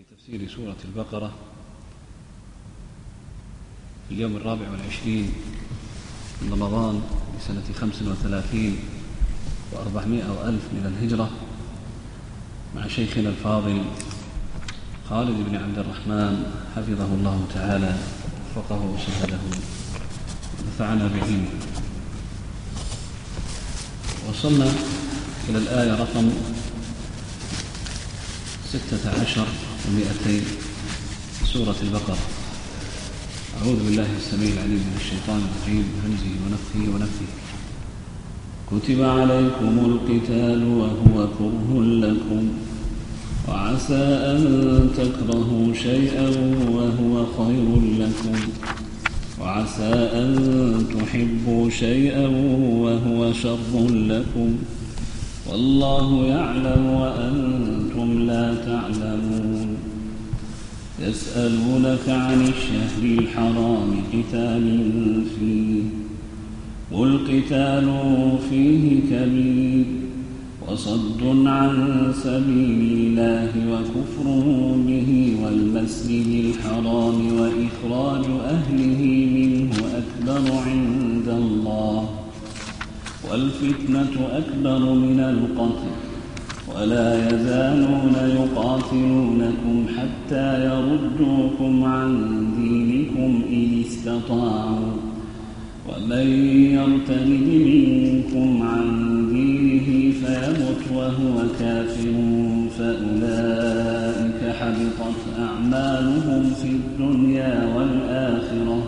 تفسير سورة البقرة في اليوم 24 من رمضان لسنة 35 و400 وألف من الهجرة مع شيخنا الفاضل خالد بن عبد الرحمن حفظه الله تعالى وفقه وسدده ونفعنا بعلمه. وصلنا إلى الآية رقم 16 و200 سورة البقرة. أعوذ بالله السميع العليم من الشيطان الرجيم همزه ونفخه ونفثه. كتب عليكم القتال وهو كره لكم وعسى أن تكرهوا شيئا وهو خير لكم وعسى أن تحبوا شيئا وهو شر لكم والله يعلم وأنتم لا تعلمون. يسألونك عن الشهر الحرام قتال فيه قل قتال فيه كبير وصد عن سبيل الله وكفر به والمسجد الحرام وإخراج أهله منه أكبر عند الله والفتنة أكبر من القتل ولا يزالون يقاتلونكم حتى يردوكم عن دينكم إن استطاعوا ومن يرتد منكم عن دينه فيمت وهو كافر فأولئك حبطت أعمالهم في الدنيا والآخرة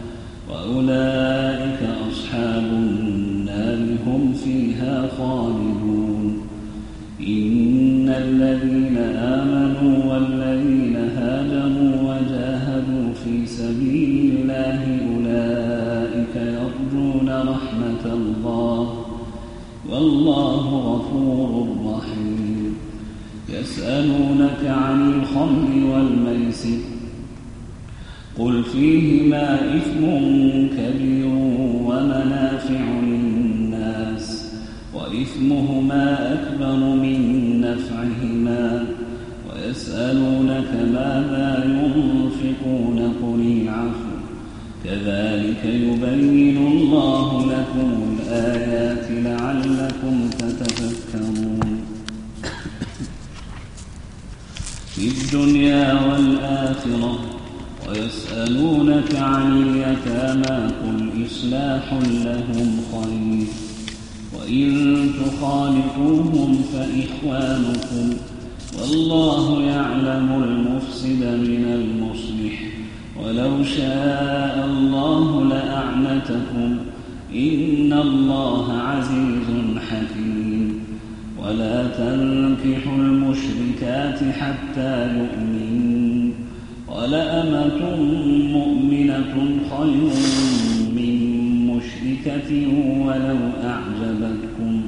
وأولئك أصحاب النار هم فيها خالدون. إن الذين آمنوا والذين هاجروا وجاهدوا في سبيل الله أولئك يرجون رحمة الله والله غفور رحيم. يسألونك عن الخمر والميسر قل فيهما إثم كبير ومنافع للناس وإثمهما أكبر من نفعهما ويسألونك ماذا ينفقون قل العفو كذلك يبين الله لكم الآيات لعلكم تتفكرون. في الدنيا والآخرة ويسألونك عن اليتامى قل إصلاح لهم خير وإن تخالطوهم فإخوانكم والله يعلم المفسد من المصلح ولو شاء الله لأعنتكم إن الله عزيز حكيم. ولا تنكحوا المشركات حتى يؤمنوا ولأمة مؤمنة خير من مشركة ولو أعجبتكم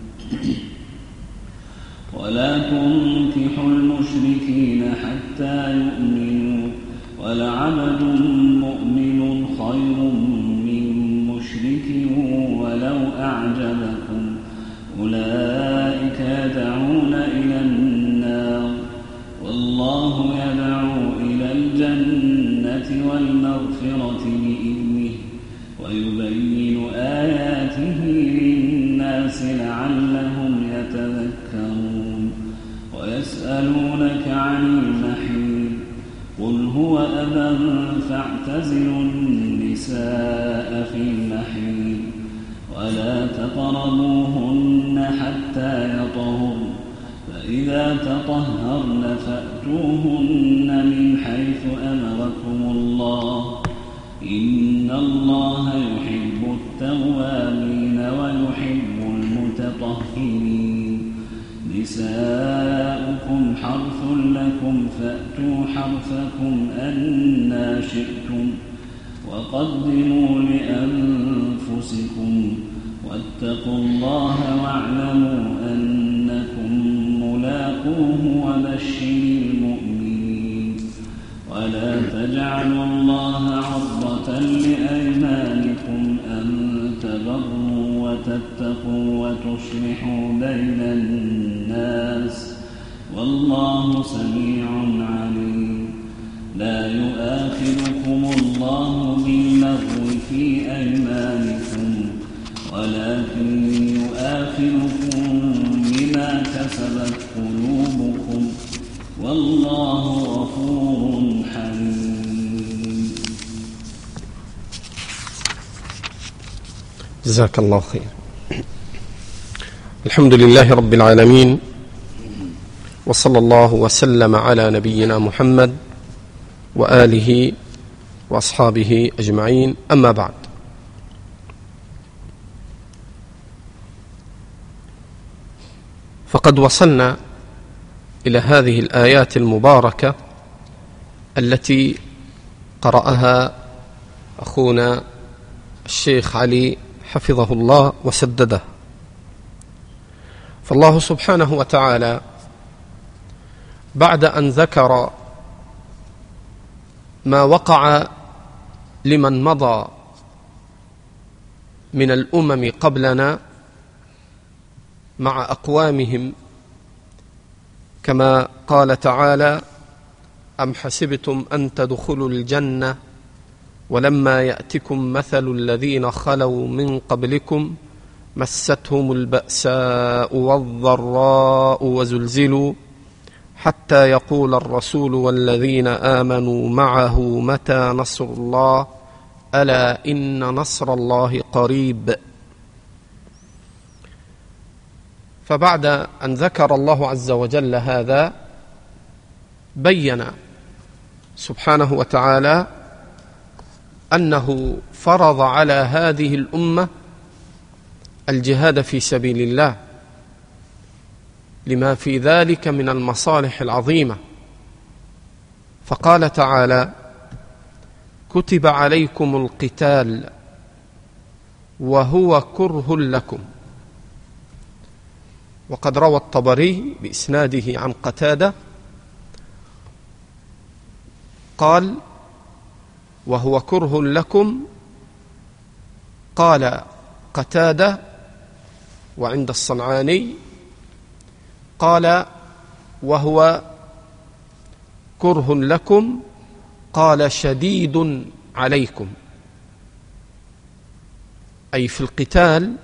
ولا تنكحوا المشركين حتى يؤمنوا ولعبد مؤمن خير من مشرك ولو أعجبكم أولئك يدعون إلى النار والله يدعو إلى الجنة والمغفرة بإذنه ويبين آياته للناس لعلهم يتذكرون. ويسألونك عن المحيض قل هو أذى فاعتزلوا النساء في المحيض ولا تقربوهن حتى يطهرن فإذا تطهرن فأتوهن من حيث أمركم الله إن الله يحب التوابين ويحب المتطهرين. نساؤكم حرث لكم فأتوا حرثكم أنى شئتم وقدموا لأنفسكم واتقوا الله واعلموا أنكم ملاقوه وبشر المؤمنين. ولا تجعلوا الله عرضة لأيمانكم أن تبروا وتتقوا وتصلحوا بين الناس والله سميع عليم. يؤاخذكم الله باللغو في أيمانكم ولكن يؤاخذكم بما كسبت قلوبكم والله غفور حليم. جزاك الله خير. الحمد لله رب العالمين، وصلى الله وسلم على نبينا محمد وآله وأصحابه أجمعين، أما بعد. فقد وصلنا إلى هذه الآيات المباركة التي قرأها أخونا الشيخ علي حفظه الله وسدده. فالله سبحانه وتعالى بعد أن ذكر ما وقع لمن مضى من الأمم قبلنا مع أقوامهم، كما قال تعالى: أم حسبتم أن تدخلوا الجنة ولما يأتكم مثل الذين خلوا من قبلكم مستهم البأساء والضراء وزلزلوا حتى يقول الرسول والذين آمنوا معه متى نصر الله ألا إن نصر الله قريب. فبعد أن ذكر الله عز وجل هذا، بين سبحانه وتعالى أنه فرض على هذه الأمة الجهاد في سبيل الله لما في ذلك من المصالح العظيمة. فقال تعالى: كتب عليكم القتال وهو كره لكم. وقد روى الطبري بإسناده عن قتادة قال: وهو كره لكم. قال قتادة وعند الصنعاني قال: وهو كره لكم، قال: شديد عليكم، أي في القتال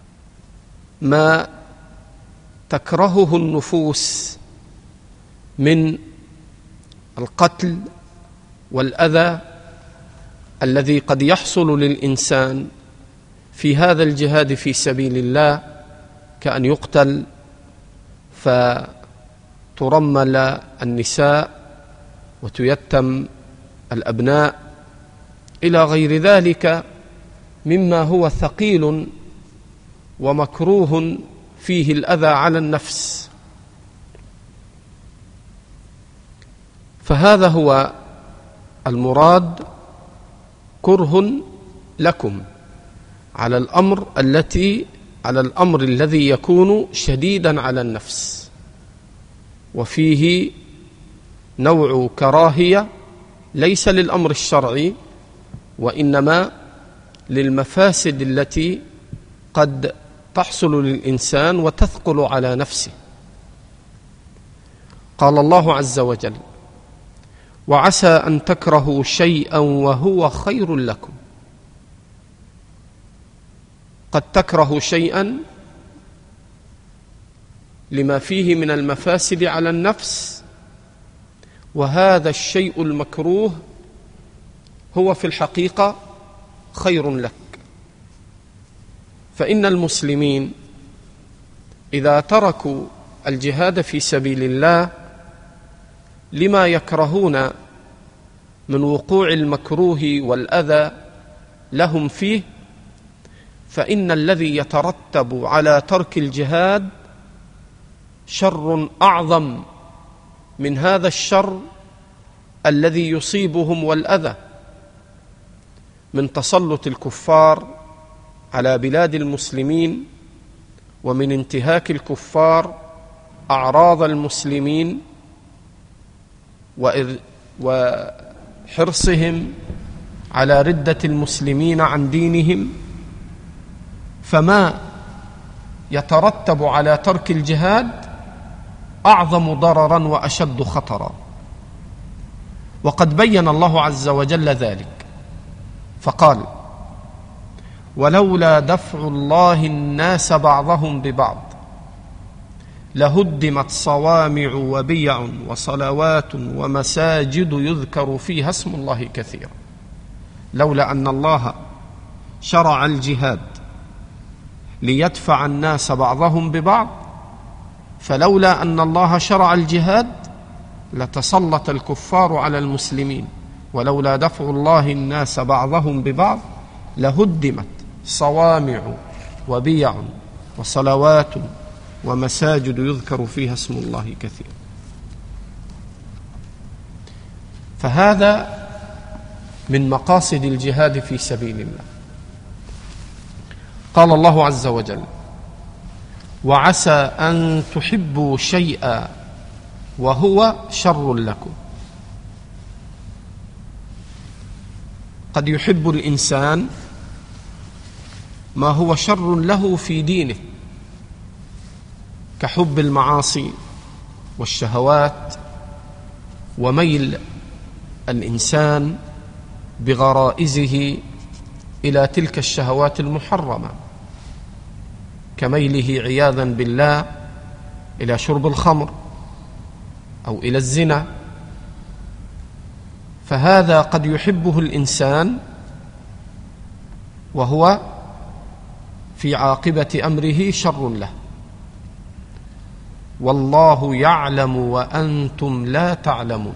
ما تكرهه النفوس من القتل والأذى الذي قد يحصل للإنسان في هذا الجهاد في سبيل الله، كأن يقتل فترمل النساء وتيتم الأبناء إلى غير ذلك مما هو ثقيل ومكروه فيه الأذى على النفس. فهذا هو المراد، كره لكم، على الأمر الذي يكون شديدا على النفس، وفيه نوع كراهية ليس للأمر الشرعي وإنما للمفاسد التي قد تحصل للإنسان وتثقل على نفسه. قال الله عز وجل: وعسى أن تكرهوا شيئا وهو خير لكم. قد تكره شيئا لما فيه من المفاسد على النفس، وهذا الشيء المكروه هو في الحقيقة خير لك. فإن المسلمين إذا تركوا الجهاد في سبيل الله لما يكرهون من وقوع المكروه والأذى لهم فيه، فإن الذي يترتب على ترك الجهاد شر أعظم من هذا الشر الذي يصيبهم والأذى من تسلط الكفار على بلاد المسلمين، ومن انتهاك الكفار أعراض المسلمين، وحرصهم على ردة المسلمين عن دينهم. فما يترتب على ترك الجهاد أعظم ضررا وأشد خطرا. وقد بين الله عز وجل ذلك فقال: ولولا دفع الله الناس بعضهم ببعض لهدمت صوامع وبيع وصلوات ومساجد يذكر فيها اسم الله كثيرا. لولا أن الله شرع الجهاد ليدفع الناس بعضهم ببعض، فلولا أن الله شرع الجهاد لتسلط الكفار على المسلمين. ولولا دفع الله الناس بعضهم ببعض لهدمت صوامع وبيع وصلوات ومساجد يذكر فيها اسم الله كثيرا. فهذا من مقاصد الجهاد في سبيل الله. قال الله عز وجل: وعسى أن تحبوا شيئا وهو شر لكم. قد يحب الإنسان ما هو شر له في دينه، كحب المعاصي والشهوات، وميل الإنسان بغرائزه إلى تلك الشهوات المحرمة، كميله عياذا بالله إلى شرب الخمر أو إلى الزنا. فهذا قد يحبه الإنسان وهو في عاقبة أمره شر له، والله يعلم وأنتم لا تعلمون.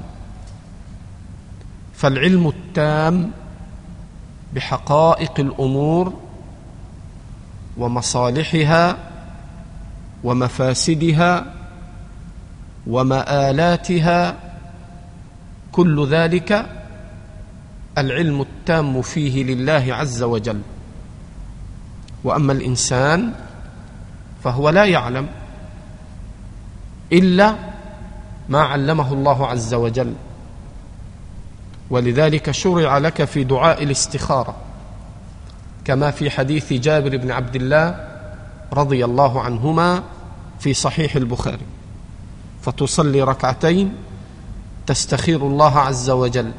فالعلم التام بحقائق الأمور ومصالحها ومفاسدها ومآلاتها، كل ذلك العلم التام فيه لله عز وجل. وأما الإنسان فهو لا يعلم إلا ما علمه الله عز وجل. ولذلك شرع لك في دعاء الاستخارة، كما في حديث جابر بن عبد الله رضي الله عنهما في صحيح البخاري: فتصلي ركعتين تستخير الله عز وجل،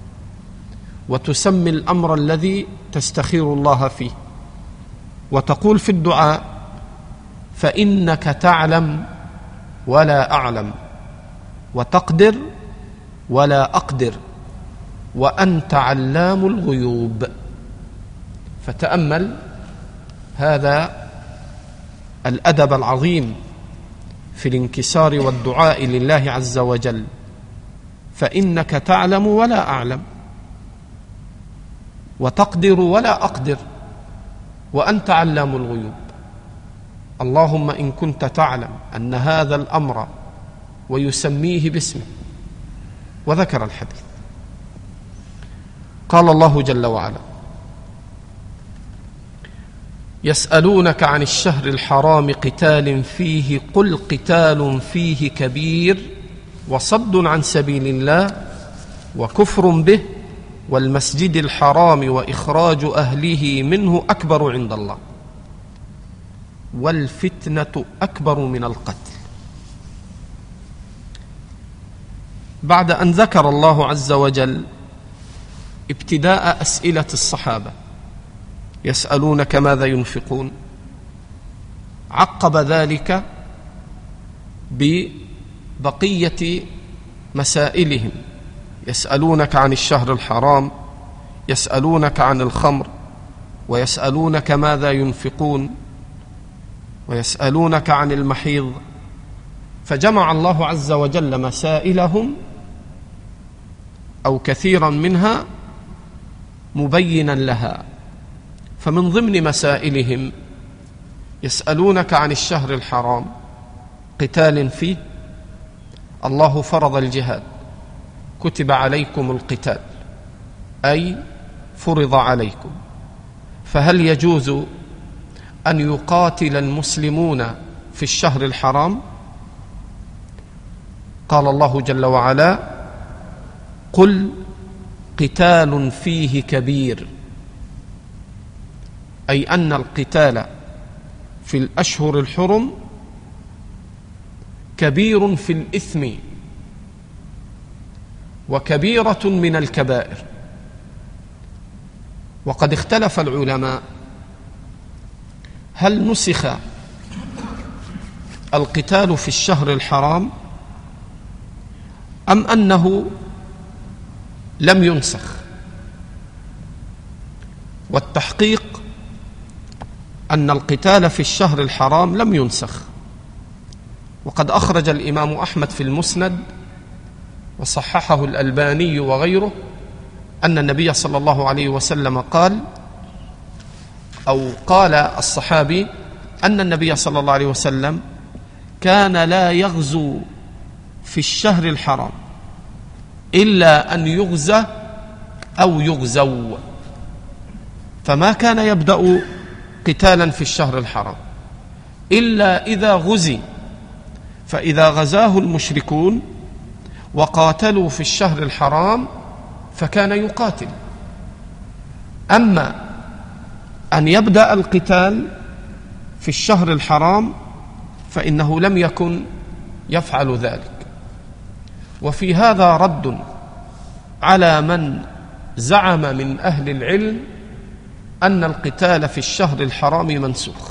وتسمي الأمر الذي تستخير الله فيه، وتقول في الدعاء: فإنك تعلم ولا أعلم، وتقدر ولا أقدر، وأنت علام الغيوب. فتأمل هذا الأدب العظيم في الانكسار والدعاء لله عز وجل: فإنك تعلم ولا أعلم، وتقدر ولا أقدر، وأنت علام الغيوب. اللهم إن كنت تعلم أن هذا الأمر، ويسميه باسمه، وذكر الحديث. قال الله جل وعلا: يسألونك عن الشهر الحرام قتال فيه قل قتال فيه كبير وصد عن سبيل الله وكفر به والمسجد الحرام وإخراج أهله منه أكبر عند الله والفتنة أكبر من القتل. بعد أن ذكر الله عز وجل ابتداء أسئلة الصحابة يسألونك ماذا ينفقون، عقب ذلك ببقية مسائلهم: يسألونك عن الشهر الحرام، يسألونك عن الخمر، ويسألونك ماذا ينفقون، ويسألونك عن المحيض. فجمع الله عز وجل مسائلهم أو كثيرا منها مبينا لها. فمن ضمن مسائلهم: يسألونك عن الشهر الحرام قتال فيه، الله فرض الجهاد، كتب عليكم القتال، أي فرض عليكم. فهل يجوز أن يقاتل المسلمون في الشهر الحرام؟ قال الله جل وعلا: قل قتال فيه كبير، أي أن القتال في الأشهر الحرم كبير في الإثم وكبيرة من الكبائر. وقد اختلف العلماء هل نسخ القتال في الشهر الحرام أم أنه لم ينسخ. والتحقيق أن القتال في الشهر الحرام لم ينسخ. وقد أخرج الإمام أحمد في المسند وصححه الألباني وغيره أن النبي صلى الله عليه وسلم قال الصحابي أن النبي صلى الله عليه وسلم كان لا يغزو في الشهر الحرام إلا أن يغزى أو يغزو، فما كان يبدأ قتالا في الشهر الحرام إلا إذا غزي، فإذا غزاه المشركون وقاتلوا في الشهر الحرام فكان يقاتل. أما أن يبدأ القتال في الشهر الحرام فإنه لم يكن يفعل ذلك. وفي هذا رد على من زعم من أهل العلم أن القتال في الشهر الحرام منسوخ.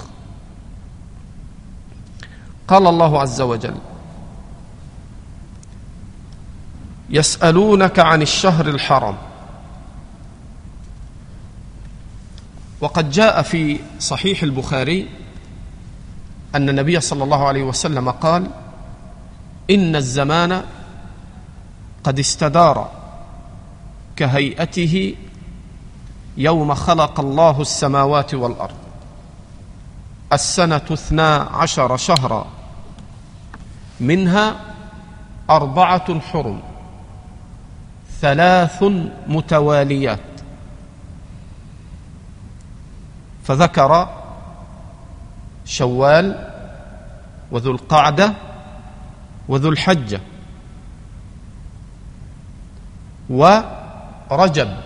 قال الله عز وجل: يسألونك عن الشهر الحرام. وقد جاء في صحيح البخاري أن النبي صلى الله عليه وسلم قال: إن الزمان قد استدار كهيئته يوم خلق الله السماوات والأرض، السنة 12 شهرا منها 4 حرم 3 متواليات. فذكر شوال وذو القعدة وذو الحجة ورجب.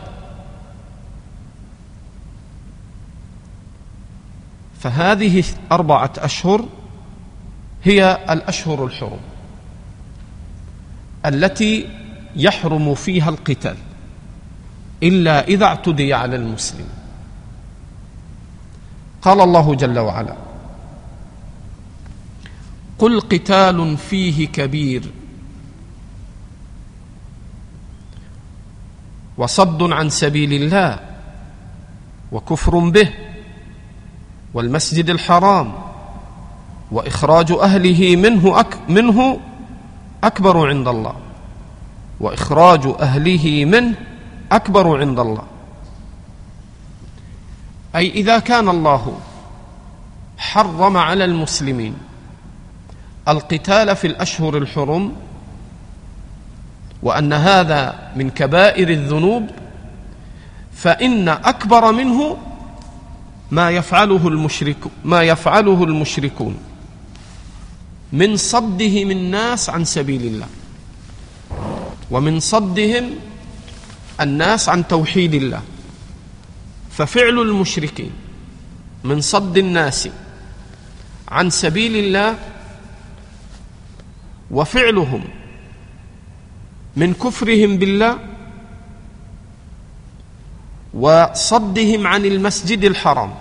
فهذه 4 أشهر هي الأشهر الحرم التي يحرم فيها القتال إلا إذا اعتدي على المسلم. قال الله جل وعلا: قل قتال فيه كبير وصد عن سبيل الله وكفر به والمسجد الحرام وإخراج أهله منه أكبر عند الله، وإخراج أهله منه أكبر عند الله. أي إذا كان الله حرم على المسلمين القتال في الأشهر الحرم وأن هذا من كبائر الذنوب، فإن أكبر منه ما يفعله المشركون من صدهم الناس عن سبيل الله ومن صدهم الناس عن توحيد الله. ففعل المشركين من صد الناس عن سبيل الله وفعلهم من كفرهم بالله وصدهم عن المسجد الحرام.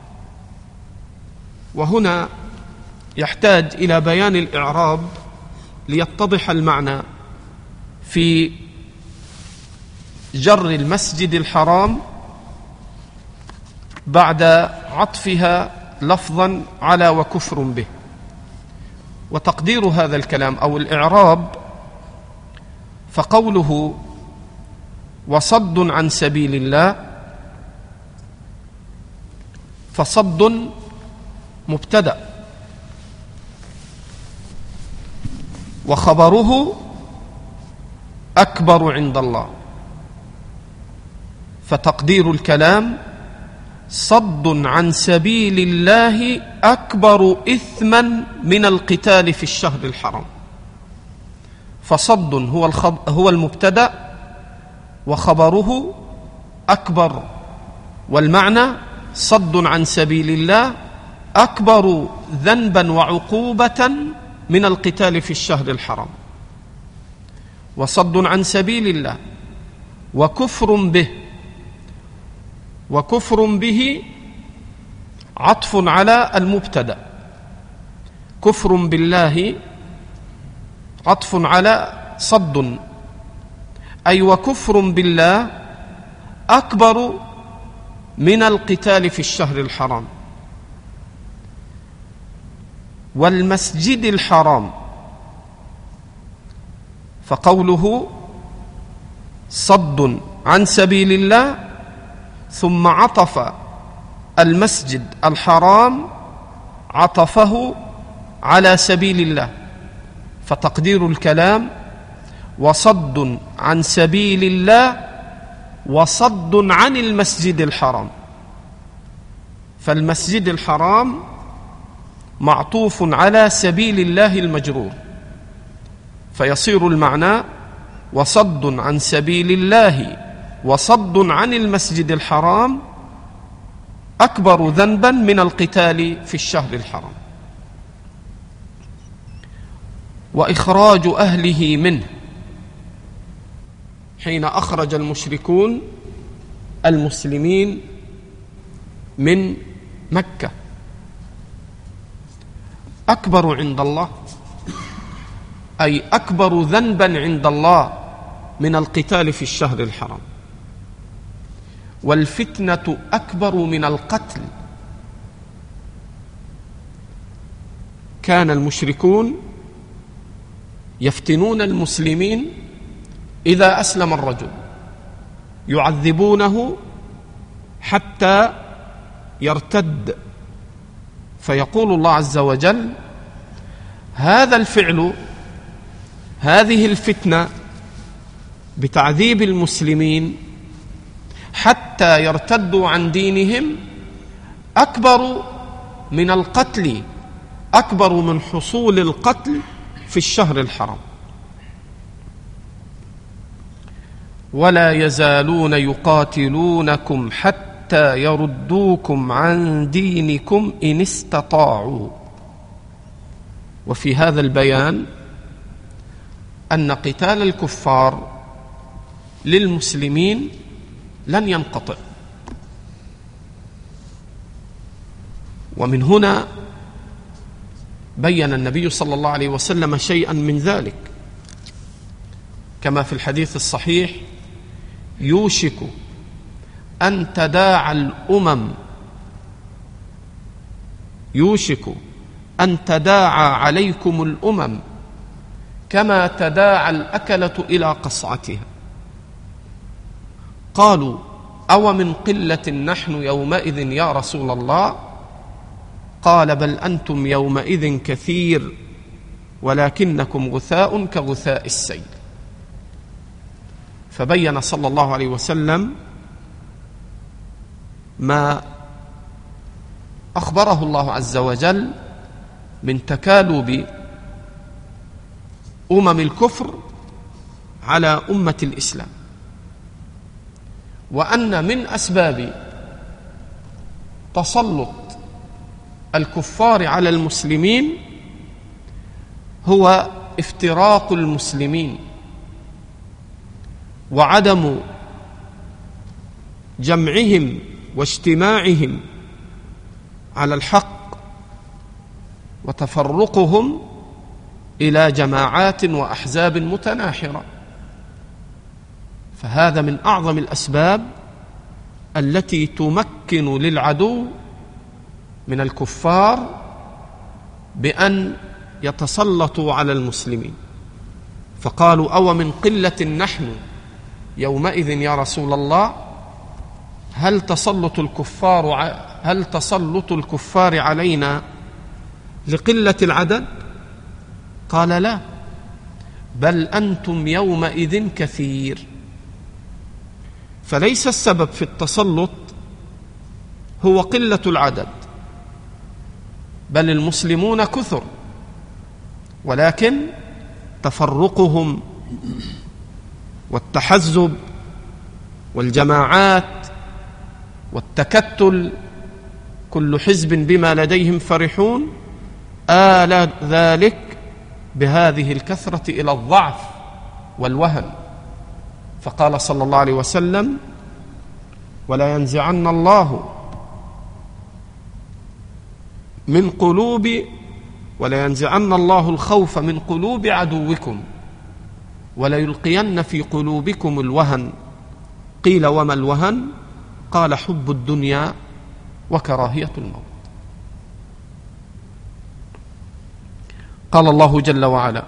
وهنا يحتاج إلى بيان الإعراب ليتضح المعنى في جر المسجد الحرام بعد عطفها لفظا على وكفر به. وتقدير هذا الكلام أو الإعراب: فقوله وصد عن سبيل الله، فصد مبتدأ وخبره أكبر عند الله، فتقدير الكلام: صد عن سبيل الله أكبر إثما من القتال في الشهر الحرام. فصد هو المبتدأ وخبره أكبر، والمعنى صد عن سبيل الله أكبر ذنبا وعقوبة من القتال في الشهر الحرام. وصد عن سبيل الله وكفر به. وكفر به عطف على المبتدأ، كفر بالله عطف على صد، أي وكفر بالله أكبر من القتال في الشهر الحرام والمسجد الحرام. فقوله صد عن سبيل الله ثم عطف المسجد الحرام عطفه على سبيل الله، فتقدير الكلام وصد عن سبيل الله وصد عن المسجد الحرام. فالمسجد الحرام معطوف على سبيل الله المجرور، فيصير المعنى وصد عن سبيل الله وصد عن المسجد الحرام أكبر ذنبا من القتال في الشهر الحرام. وإخراج أهله منه، حين أخرج المشركون المسلمين من مكة، أكبر عند الله، أي أكبر ذنبا عند الله من القتال في الشهر الحرام. والفتنة أكبر من القتل. كان المشركون يفتنون المسلمين إذا أسلم الرجل، يعذبونه حتى يرتد، فيقول الله عز وجل: هذا الفعل، هذه الفتنة بتعذيب المسلمين حتى يرتدوا عن دينهم أكبر من القتل، أكبر من حصول القتل في الشهر الحرام. ولا يزالون يقاتلونكم حتى يردوكم عن دينكم إن استطاعوا. وفي هذا البيان أن قتال الكفار للمسلمين لن ينقطع. ومن هنا بين النبي صلى الله عليه وسلم شيئا من ذلك، كما في الحديث الصحيح: يوشك أن تداعى الأمم، يوشك أن تداعى عليكم الأمم كما تداعى الأكلة إلى قصعتها. قالوا: أو من قلة نحن يومئذ يا رسول الله؟ قال: بل أنتم يومئذ كثير ولكنكم غثاء كغثاء السيل. فبين صلى الله عليه وسلم ما أخبره الله عز وجل من تكالب الكفر على أمة الإسلام، وأن من أسباب تسلط الكفار على المسلمين هو افتراق المسلمين وعدم جمعهم واجتماعهم على الحق، وتفرقهم إلى جماعات وأحزاب متناحرة. فهذا من أعظم الأسباب التي تمكن للعدو من الكفار بأن يتسلطوا على المسلمين. فقالوا: أو من قلة نحن يومئذ يا رسول الله؟ هل تسلط الكفار علينا لقلة العدد؟ قال: لا، بل أنتم يومئذ كثير. فليس السبب في التسلط هو قلة العدد، بل المسلمون كثر، ولكن تفرقهم والتحزب والجماعات والتكتل، كل حزب بما لديهم فرحون، آل ذلك بهذه الكثرة إلى الضعف والوهن، فقال صلى الله عليه وسلم: ولا ينزعن الله الخوف من قلوب عدوكم ولا يلقين في قلوبكم الوهن. قيل: وما الوهن؟ قال: حب الدنيا وكراهية الموت. قال الله جل وعلا: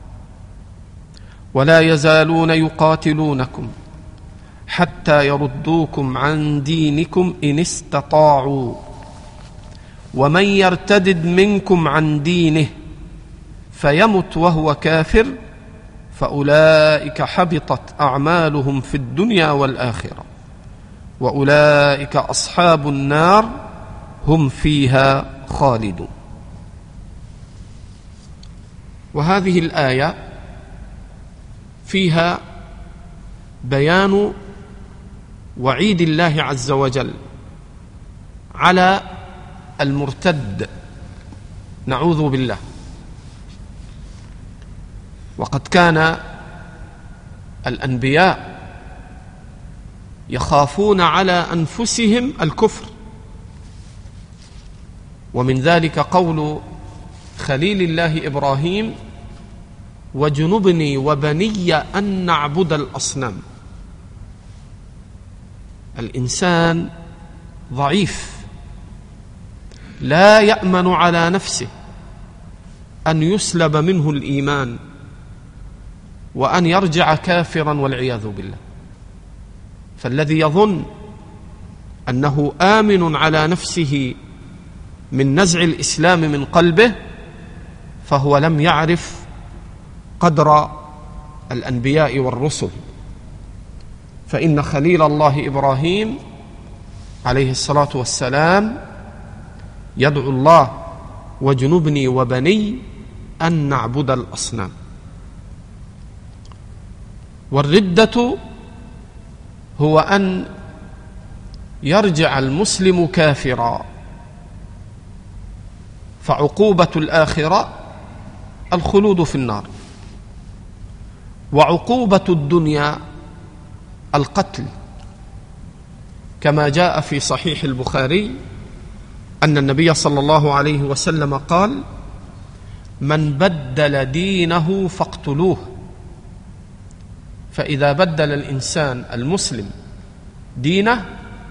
ولا يزالون يقاتلونكم حتى يردوكم عن دينكم إن استطاعوا ومن يرتدد منكم عن دينه فيمت وهو كافر فأولئك حبطت أعمالهم في الدنيا والآخرة وأولئك أصحاب النار هم فيها خالدون. وهذه الآية فيها بيان وعيد الله عز وجل على المرتد، نعوذ بالله. وقد كان الأنبياء يخافون على أنفسهم الكفر، ومن ذلك قول خليل الله إبراهيم: وجنبني وبني أن نعبد الأصنام. الإنسان ضعيف لا يأمن على نفسه أن يسلب منه الإيمان وأن يرجع كافرا والعياذ بالله. فالذي يظن أنه آمن على نفسه من نزع الإسلام من قلبه فهو لم يعرف قدر الأنبياء والرسل. فإن خليل الله إبراهيم عليه الصلاة والسلام يدعو الله: وجنبني وبني أن نعبد الأصنام. والردة هو أن يرجع المسلم كافرا، فعقوبة الآخرة الخلود في النار، وعقوبة الدنيا القتل، كما جاء في صحيح البخاري أن النبي صلى الله عليه وسلم قال: من بدل دينه فاقتلوه. فإذا بدل الإنسان المسلم دينه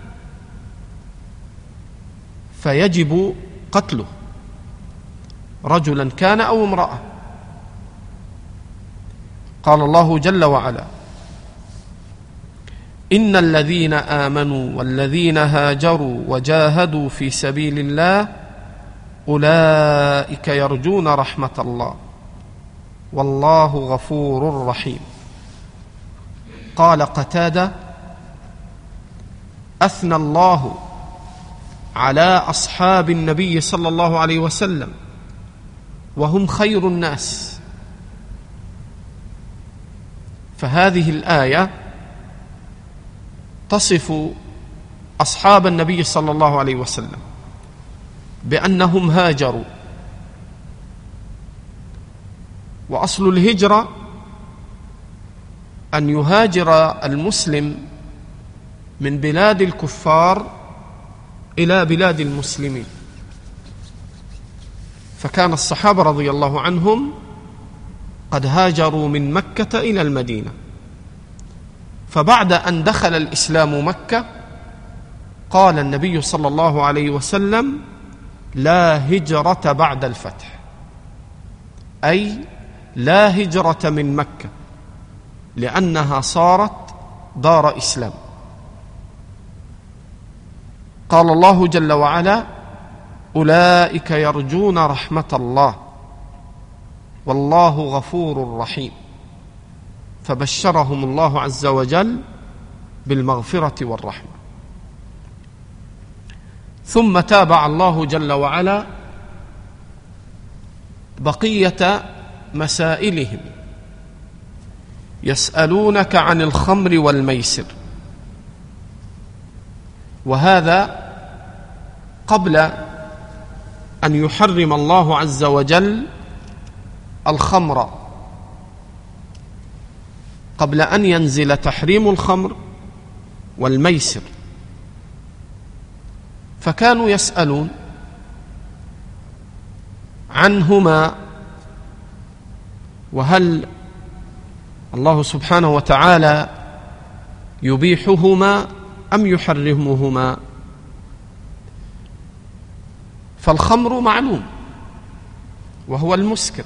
فيجب قتله، رجلا كان أو امرأة. قال الله جل وعلا: إن الذين آمنوا والذين هاجروا وجاهدوا في سبيل الله أولئك يرجون رحمة الله والله غفور رحيم. قال قتادة: أثنى الله على أصحاب النبي صلى الله عليه وسلم وهم خير الناس. فهذه الآية تصف أصحاب النبي صلى الله عليه وسلم بأنهم هاجروا. وأصل الهجرة أن يهاجر المسلم من بلاد الكفار إلى بلاد المسلمين. فكان الصحابة رضي الله عنهم قد هاجروا من مكة إلى المدينة، فبعد أن دخل الإسلام مكة قال النبي صلى الله عليه وسلم: لا هجرة بعد الفتح، أي لا هجرة من مكة، لأنها صارت دار إسلام. قال الله جل وعلا: أولئك يرجون رحمة الله والله غفور رحيم. فبشرهم الله عز وجل بالمغفرة والرحمة. ثم تابع الله جل وعلا بقية مسائلهم: يسألونك عن الخمر والميسر. وهذا قبل أن يحرم الله عز وجل الخمر قبل أن ينزل تحريم الخمر والميسر، فكانوا يسألون عنهما، وهل الله سبحانه وتعالى يبيحهما أم يحرمهما؟ فالخمر معلوم وهو المسكر،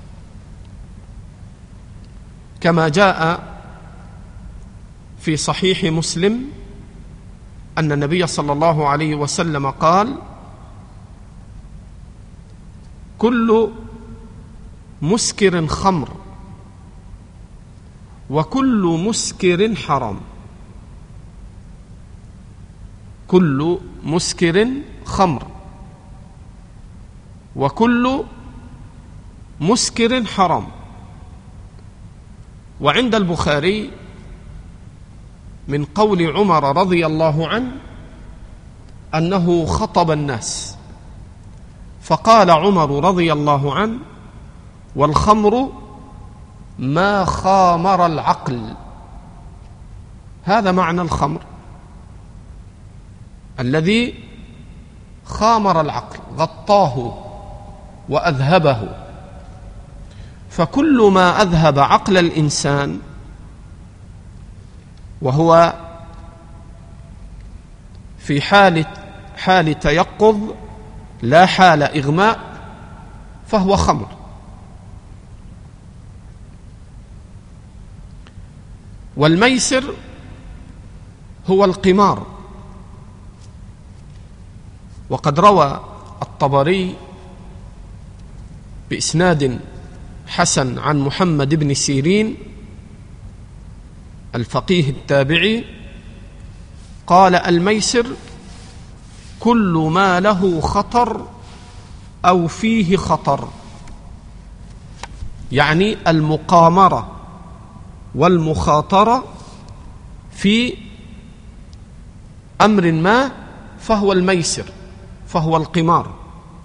كما جاء في صحيح مسلم أن النبي صلى الله عليه وسلم قال: كل مسكر خمر وكل مسكر حرام. كل مسكر خمر وكل مسكر حرام. وعند البخاري من قول عمر رضي الله عنه أنه خطب الناس فقال عمر رضي الله عنه: والخمر ما خامر العقل. هذا معنى الخمر، الذي خامر العقل، غطاه وأذهبه. فكل ما أذهب عقل الإنسان وهو في حال تيقظ لا حال إغماء فهو خمر. والميسر هو القمار. وقد روى الطبري بإسناد حسن عن محمد بن سيرين الفقيه التابعي قال: الميسر كل ما له خطر أو فيه خطر، يعني المقامرة والمخاطرة في أمر ما فهو الميسر، فهو القمار.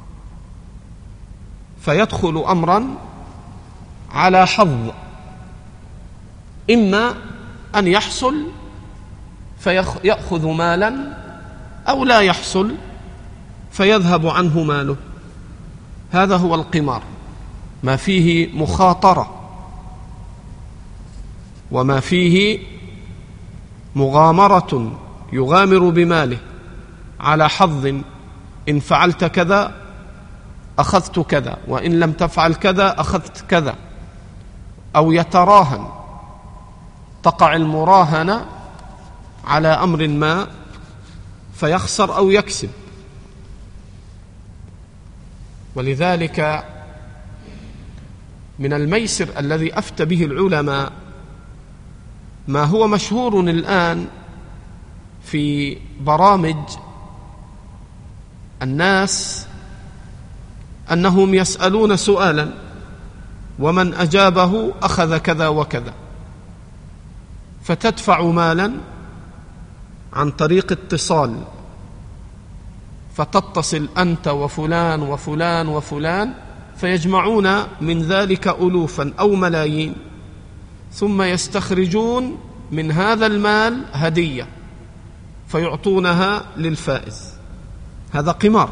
فيدخل أمرا على حظ، إما أن يحصل فيأخذ مالا أو لا يحصل فيذهب عنه ماله. هذا هو القمار، ما فيه مخاطرة وما فيه مغامرة، يغامر بماله على حظ: إن فعلت كذا أخذت كذا، وإن لم تفعل كذا أخذت كذا. أو يتراهن، تقع المراهنة على أمر ما فيخسر أو يكسب. ولذلك من الميسر الذي أفتى به العلماء ما هو مشهور الآن في برامج الناس، أنهم يسألون سؤالا ومن أجابه أخذ كذا وكذا، فتدفع مالا عن طريق اتصال، فتتصل أنت وفلان وفلان وفلان فيجمعون من ذلك ألوفا أو ملايين، ثم يستخرجون من هذا المال هدية فيعطونها للفائز. هذا قمار،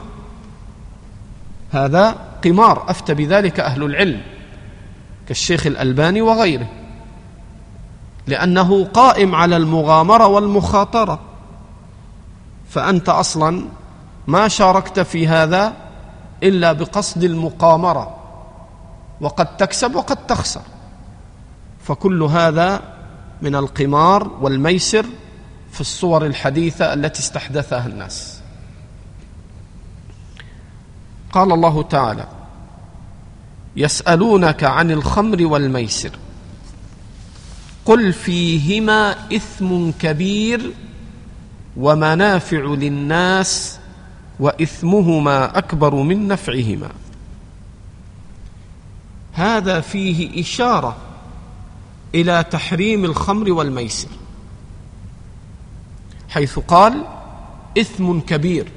هذا قمار أفتى بذلك أهل العلم كالشيخ الألباني وغيره، لأنه قائم على المغامرة والمخاطرة. فأنت أصلا ما شاركت في هذا إلا بقصد المقامرة، وقد تكسب وقد تخسر. فكل هذا من القمار والميسر في الصور الحديثة التي استحدثها الناس. قال الله تعالى: يسألونك عن الخمر والميسر قل فيهما إثم كبير ومنافع للناس وإثمهما أكبر من نفعهما. هذا فيه إشارة إلى تحريم الخمر والميسر، حيث قال إثم كبير،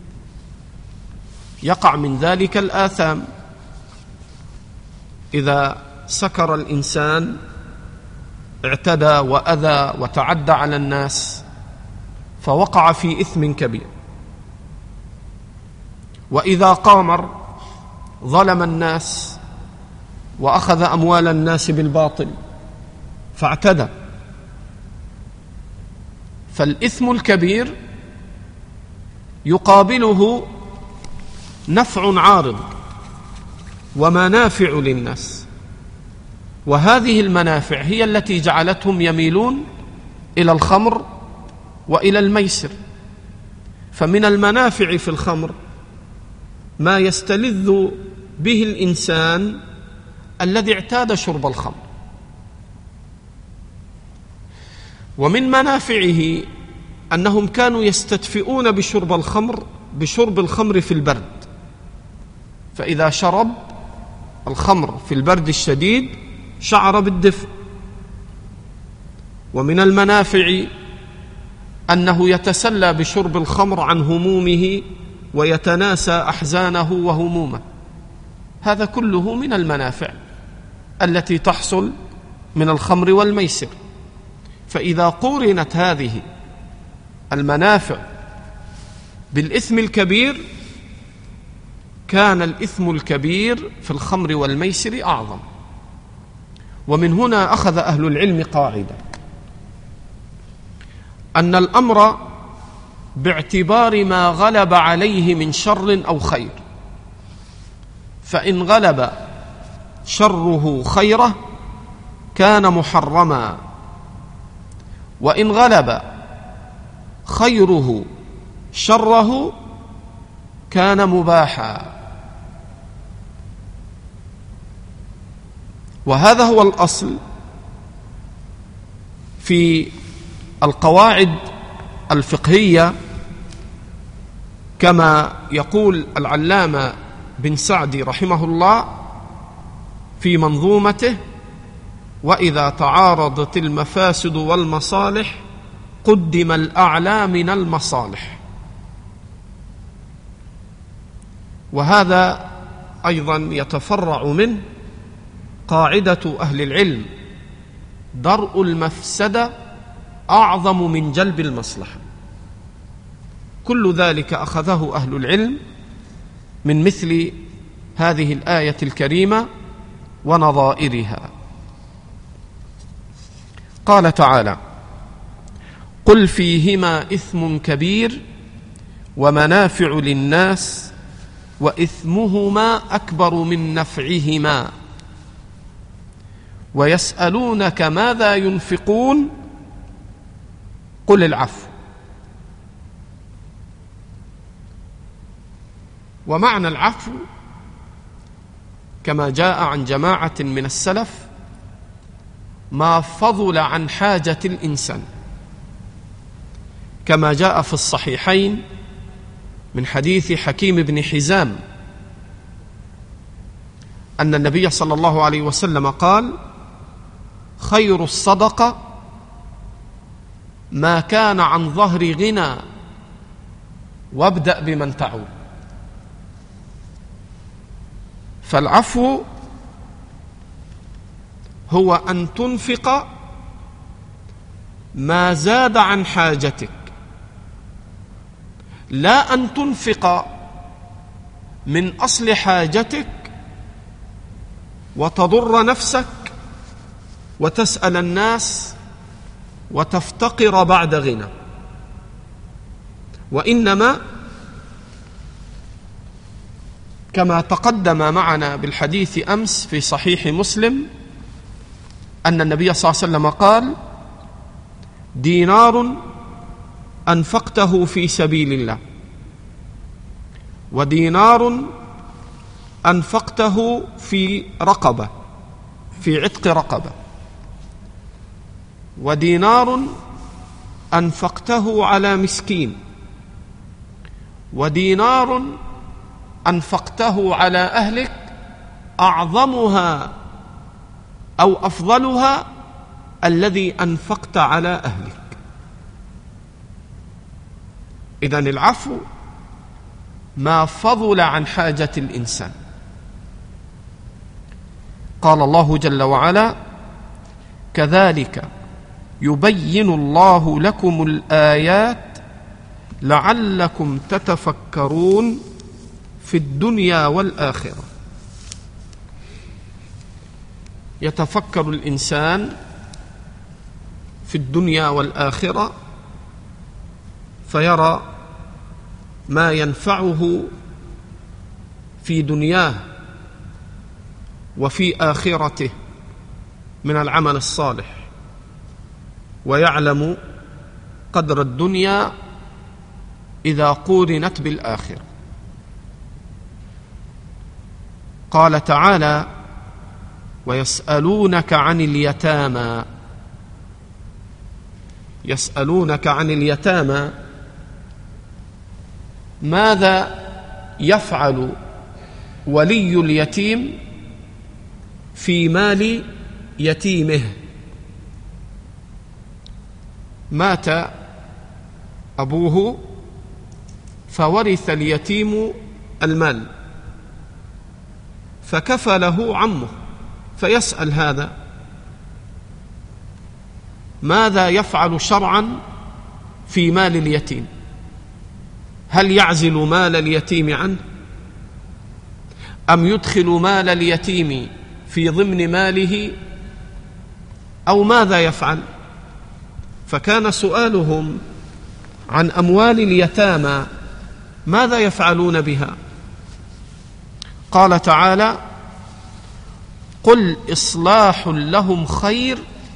يقع من ذلك الآثام. إذا سكر الإنسان اعتدى وأذى وتعدى على الناس فوقع في إثم كبير. وإذا قامر ظلم الناس وأخذ أموال الناس بالباطل فاعتدى. فالإثم الكبير يقابله نفع عارض ومنافع للناس، وهذه المنافع هي التي جعلتهم يميلون إلى الخمر وإلى الميسر. فمن المنافع في الخمر ما يستلذ به الإنسان الذي اعتاد شرب الخمر، ومن منافعه أنهم كانوا يستدفئون بشرب الخمر في البرد، فإذا شرب الخمر في البرد الشديد شعر بالدفء. ومن المنافع أنه يتسلى بشرب الخمر عن همومه ويتناسى أحزانه وهمومه. هذا كله من المنافع التي تحصل من الخمر والميسر. فإذا قورنت هذه المنافع بالإثم الكبير كان الإثم الكبير في الخمر والميسر أعظم. ومن هنا أخذ أهل العلم قاعدة أن الأمر باعتبار ما غلب عليه من شر أو خير، فإن غلب شره خيره كان محرما، وإن غلب خيره شره كان مباحا. وهذا هو الأصل في القواعد الفقهية، كما يقول العلامة بن سعدي رحمه الله في منظومته: وإذا تعارضت المفاسد والمصالح قدم الأعلى من المصالح. وهذا أيضا يتفرع منه قاعدة أهل العلم: درء المفسدة أعظم من جلب المصلحة. كل ذلك أخذه أهل العلم من مثل هذه الآية الكريمة ونظائرها. قال تعالى: قل فيهما إثم كبير ومنافع للناس وإثمهما أكبر من نفعهما ويسألونك ماذا ينفقون قل العفو. ومعنى العفو كما جاء عن جماعة من السلف ما فضل عن حاجة الإنسان، كما جاء في الصحيحين من حديث حكيم بن حزام أن النبي صلى الله عليه وسلم قال: خير الصدقة ما كان عن ظهر غنى وابدأ بمن تعول. فالعفو هو أن تنفق ما زاد عن حاجتك، لا أن تنفق من أصل حاجتك وتضر نفسك وتسأل الناس وتفتقر بعد غنى. وإنما كما تقدم معنا بالحديث أمس في صحيح مسلم أن النبي صلى الله عليه وسلم قال: دينار أنفقته في سبيل الله، ودينار أنفقته في رقبة، في عتق رقبة، ودينار أنفقته على مسكين، ودينار أنفقته على أهلك، أعظمها أو أفضلها الذي أنفقت على أهلك. إذن العفو ما فضل عن حاجة الإنسان. قال الله جل وعلا: كذلك يبين الله لكم الآيات لعلكم تتفكرون في الدنيا والآخرة. يتفكر الإنسان في الدنيا والآخرة فيرى ما ينفعه في دنياه وفي آخرته من العمل الصالح، ويعلم قدر الدنيا إذا قورنت بالآخرة. قال تعالى: ويسألونك عن اليتامى. يسألونك عن اليتامى، ماذا يفعل ولي اليتيم في مال يتيمه؟ مات أبوه فورث اليتيم المال، فكفله عمه، فيسأل هذا: ماذا يفعل شرعا في مال اليتيم؟ هل يعزل مال اليتيم عنه، أم يدخل مال اليتيم في ضمن ماله، أو ماذا يفعل؟ فكان سؤالهم عن أموال اليتامى ماذا يفعلون بها. قال تعالى: قل إصلاح لهم خير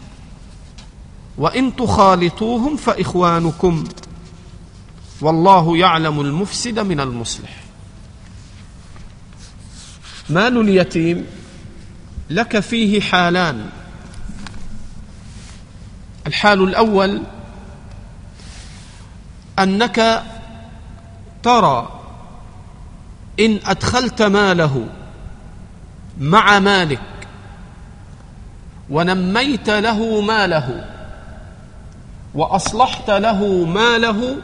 وإن تخالطوهم فإخوانكم والله يعلم المفسد من المصلح. مال اليتيم لك فيه حالان: الحال الأول أنك ترى إن أدخلت ماله مع مالك ونميت له ماله وأصلحت له ماله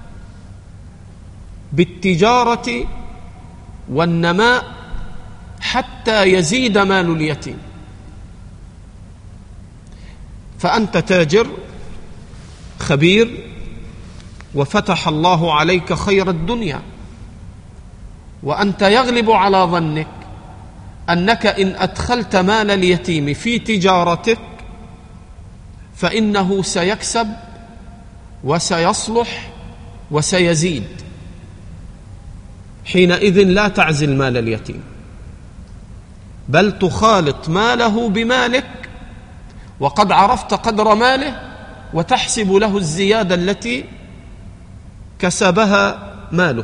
بالتجارة والنماء حتى يزيد مال اليتيم، فأنت تاجر خبير وفتح الله عليك خير الدنيا، وأنت يغلب على ظنك أنك إن أدخلت مال اليتيم في تجارتك فإنه سيكسب وسيصلح وسيزيد، حينئذ لا تعزل مال اليتيم، بل تخالط ماله بمالك وقد عرفت قدر ماله وتحسب له الزيادة التي كسبها ماله.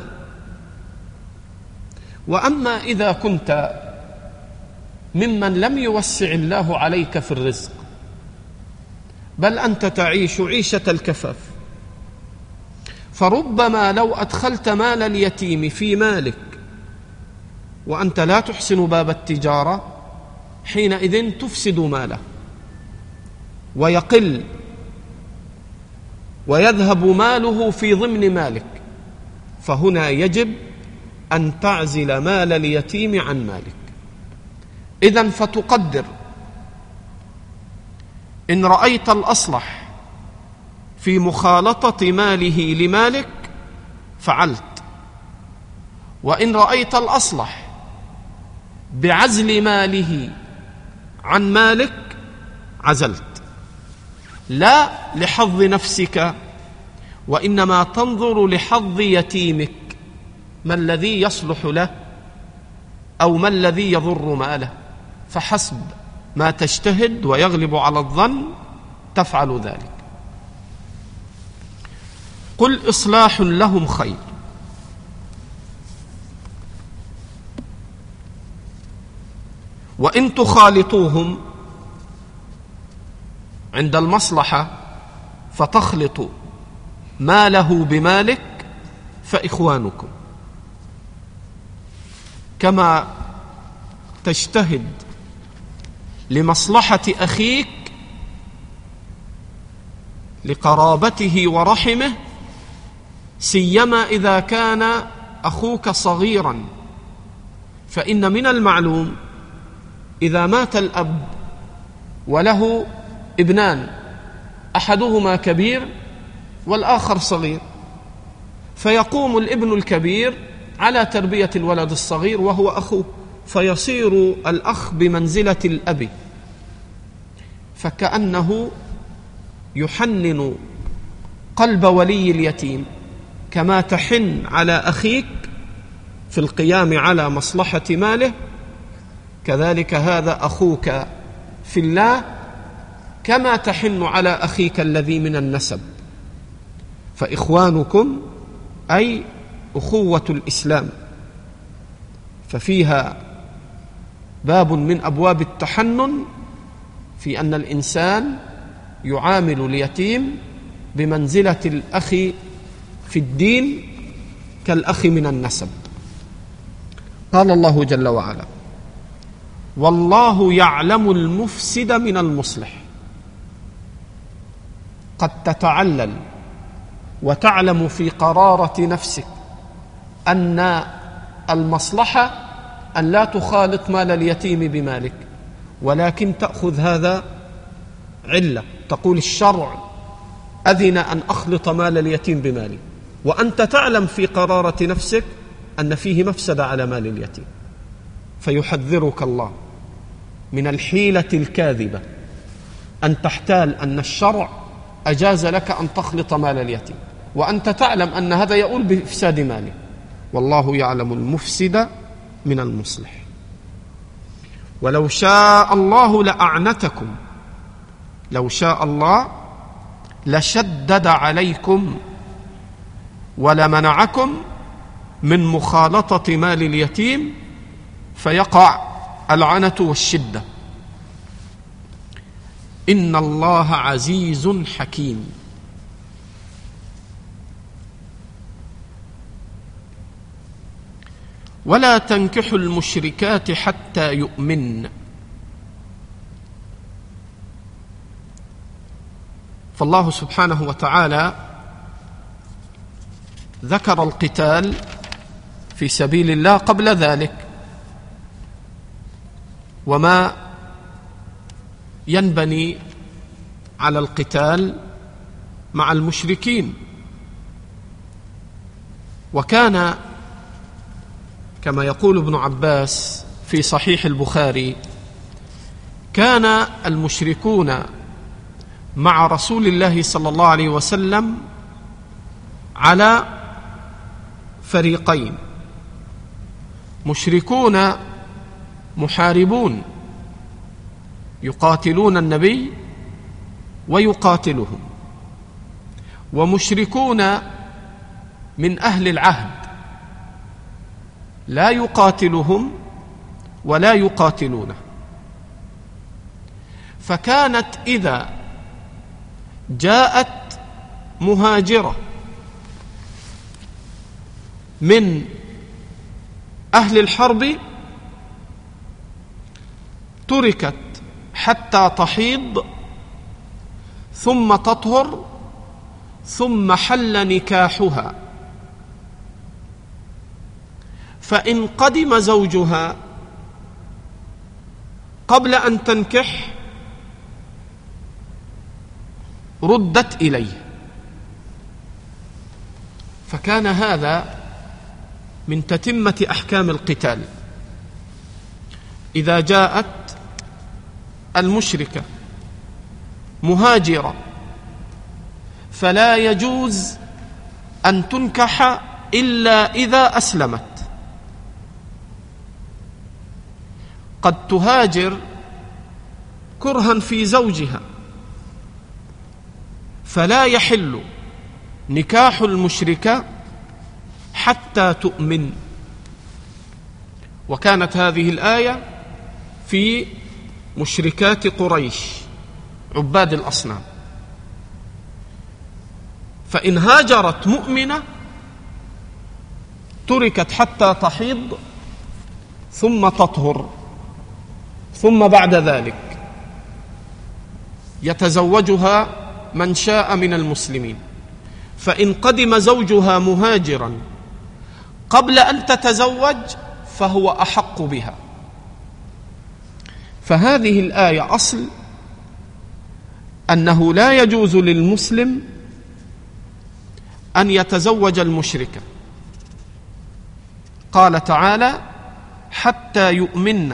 وأما إذا كنت ممن لم يوسع الله عليك في الرزق، بل أنت تعيش عيشة الكفاف، فربما لو أدخلت مال اليتيم في مالك وأنت لا تحسن باب التجارة، حينئذ تفسد ماله ويقل ويذهب ماله في ضمن مالك، فهنا يجب أن تعزل مال اليتيم عن مالك. إذن فتقدر إن رأيت الأصلح في مخالطة ماله لمالك فعلت، وإن رأيت الأصلح بعزل ماله عن مالك عزلت، لا لحظ نفسك وإنما تنظر لحظ يتيمك، ما الذي يصلح له أو ما الذي يضر ماله، فحسب ما تجتهد ويغلب على الظن تفعل ذلك. قل إصلاح لهم خير وإن تخالطوهم عند المصلحة فتخلط ماله بمالك فإخوانكم، كما تجتهد لمصلحة أخيك لقرابته ورحمه، سيما إذا كان أخوك صغيرا، فإن من المعلوم إذا مات الأب وله ابنان، أحدهما كبير والآخر صغير، فيقوم الابن الكبير على تربية الولد الصغير وهو أخوه، فيصير الأخ بمنزلة الأب، فكأنه يحنن قلب ولي اليتيم كما تحن على أخيك في القيام على مصلحة ماله، كذلك هذا أخوك في الله كما تحن على أخيك الذي من النسب. فإخوانكم أي أخوة الإسلام، ففيها باب من أبواب التحنن في أن الإنسان يعامل اليتيم بمنزلة الأخ في الدين كالأخ من النسب. قال الله جل وعلا: والله يعلم المفسد من المصلح. قد تتعلل وتعلم في قرارة نفسك أن المصلحة أن لا تخالط مال اليتيم بمالك، ولكن تأخذ هذا علة، تقول الشرع أذن أن أخلط مال اليتيم بمالي، وأنت تعلم في قرارة نفسك أن فيه مفسدة على مال اليتيم، فيحذرك الله من الحيلة الكاذبة أن تحتال أن الشرع أجاز لك أن تخلط مال اليتيم وأنت تعلم أن هذا يؤول بإفساد ماله. والله يعلم المفسد من المصلح. ولو شاء الله لأعنتكم، لو شاء الله لشدد عليكم ولمنعكم من مخالطة مال اليتيم فيقع العنة والشدة. إن الله عزيز حكيم. ولا تنكحوا المشركات حتى يؤمن. فالله سبحانه وتعالى ذكر القتال في سبيل الله قبل ذلك، وما ينبني على القتال مع المشركين. وكان كما يقول ابن عباس في صحيح البخاري: كان المشركون مع رسول الله صلى الله عليه وسلم على فريقين: مشركون محاربون يقاتلون النبي ويقاتلهم، ومشركون من أهل العهد لا يقاتلهم ولا يقاتلونه. فكانت إذا جاءت مهاجرة من أهل الحرب تركت حتى تحيض ثم تطهر ثم حل نكاحها، فإن قدم زوجها قبل أن تنكح ردت إليه. فكان هذا من تتمة أحكام القتال. إذا جاءت المشركة مهاجرة فلا يجوز أن تنكح إلا إذا أسلمت. قد تهاجر كرها في زوجها، فلا يحل نكاح المشركة حتى تؤمن. وكانت هذه الآية في مشركات قريش عباد الأصنام. فإن هاجرت مؤمنة تركت حتى تحيض ثم تطهر، ثم بعد ذلك يتزوجها من شاء من المسلمين. فإن قدم زوجها مهاجرا قبل أن تتزوج فهو أحق بها. فهذه الآية أصل أنه لا يجوز للمسلم أن يتزوج المشركة. قال تعالى: حتى يؤمن.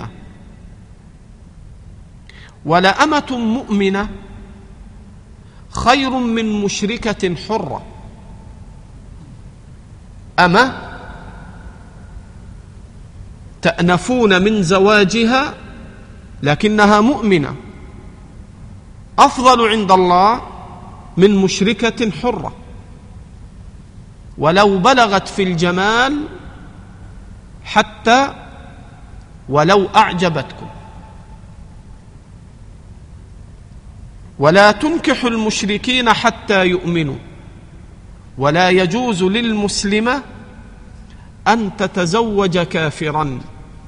ولأمة مؤمنة خير من مشركة حرة. أمة تأنفون من زواجها لكنها مؤمنة أفضل عند الله من مشركة حرة، ولو بلغت في الجمال حتى ولو أعجبتكم. ولا تنكحوا المشركين حتى يؤمنوا، ولا يجوز للمسلمة أن تتزوج كافرا.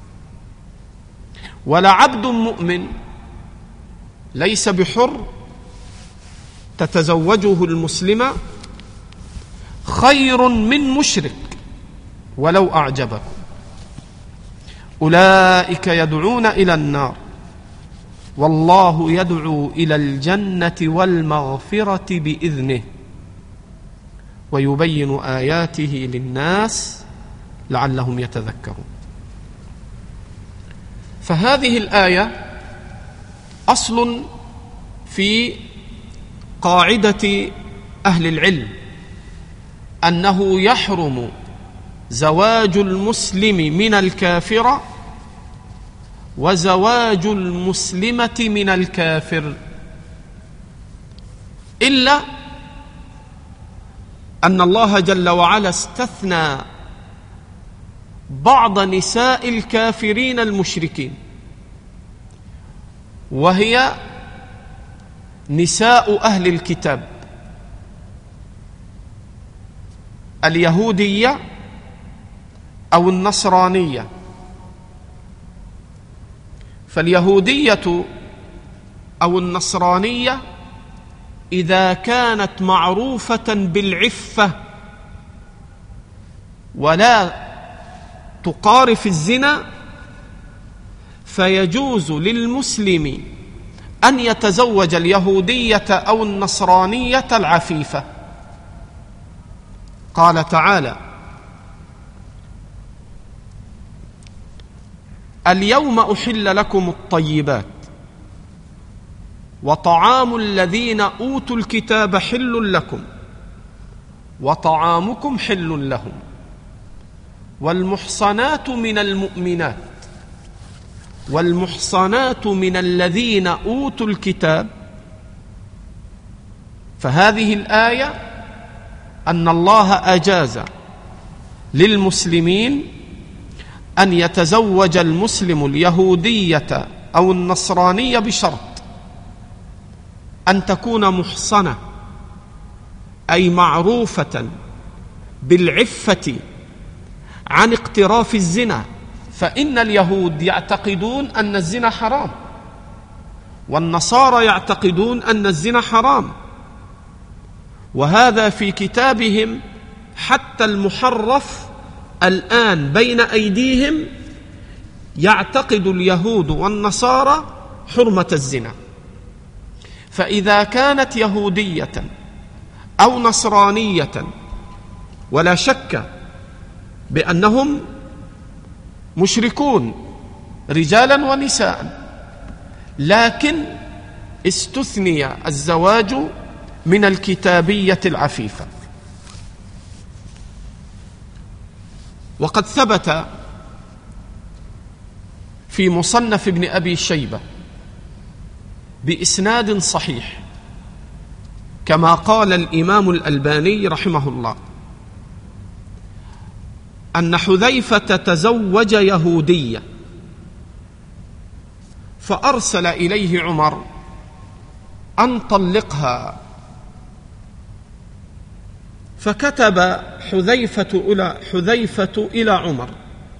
ولعبد مؤمن ليس بحر تتزوجه المسلمة خير من مشرك ولو أعجبكم. أولئك يدعون إلى النار والله يدعو إلى الجنة والمغفرة بإذنه ويبين آياته للناس لعلهم يتذكرون. فهذه الآية أصل في قاعدة أهل العلم أنه يحرم زواج المسلم من الكافرة وزواج المسلمة من الكافر، إلا أن الله جل وعلا استثنى بعض نساء الكافرين المشركين، وهي نساء أهل الكتاب اليهودية أو النصرانية. فاليهودية أو النصرانية إذا كانت معروفة بالعفة ولا تقارف الزنا فيجوز للمسلم أن يتزوج اليهودية أو النصرانية العفيفة. قال تعالى: اليوم أحل لكم الطيبات وطعام الذين أوتوا الكتاب حل لكم وطعامكم حل لهم والمحصنات من المؤمنات والمحصنات من الذين أوتوا الكتاب. فهذه الآية أن الله أجاز للمسلمين أن يتزوج المسلم اليهودية أو النصرانية بشرط أن تكون محصنة، أي معروفة بالعفة عن اقتراف الزنا. فإن اليهود يعتقدون أن الزنا حرام، والنصارى يعتقدون أن الزنا حرام، وهذا في كتابهم حتى المحرف الآن بين أيديهم يعتقد اليهود والنصارى حرمة الزنا. فإذا كانت يهودية أو نصرانية، ولا شك بأنهم مشركون رجالا ونساء، لكن استثني الزواج من الكتابية العفيفة. وقد ثبت في مصنف ابن أبي شيبة بإسناد صحيح كما قال الإمام الألباني رحمه الله أن حذيفة تزوج يهودية فأرسل إليه عمر أن طلقها، فكتب حذيفة إلى عمر: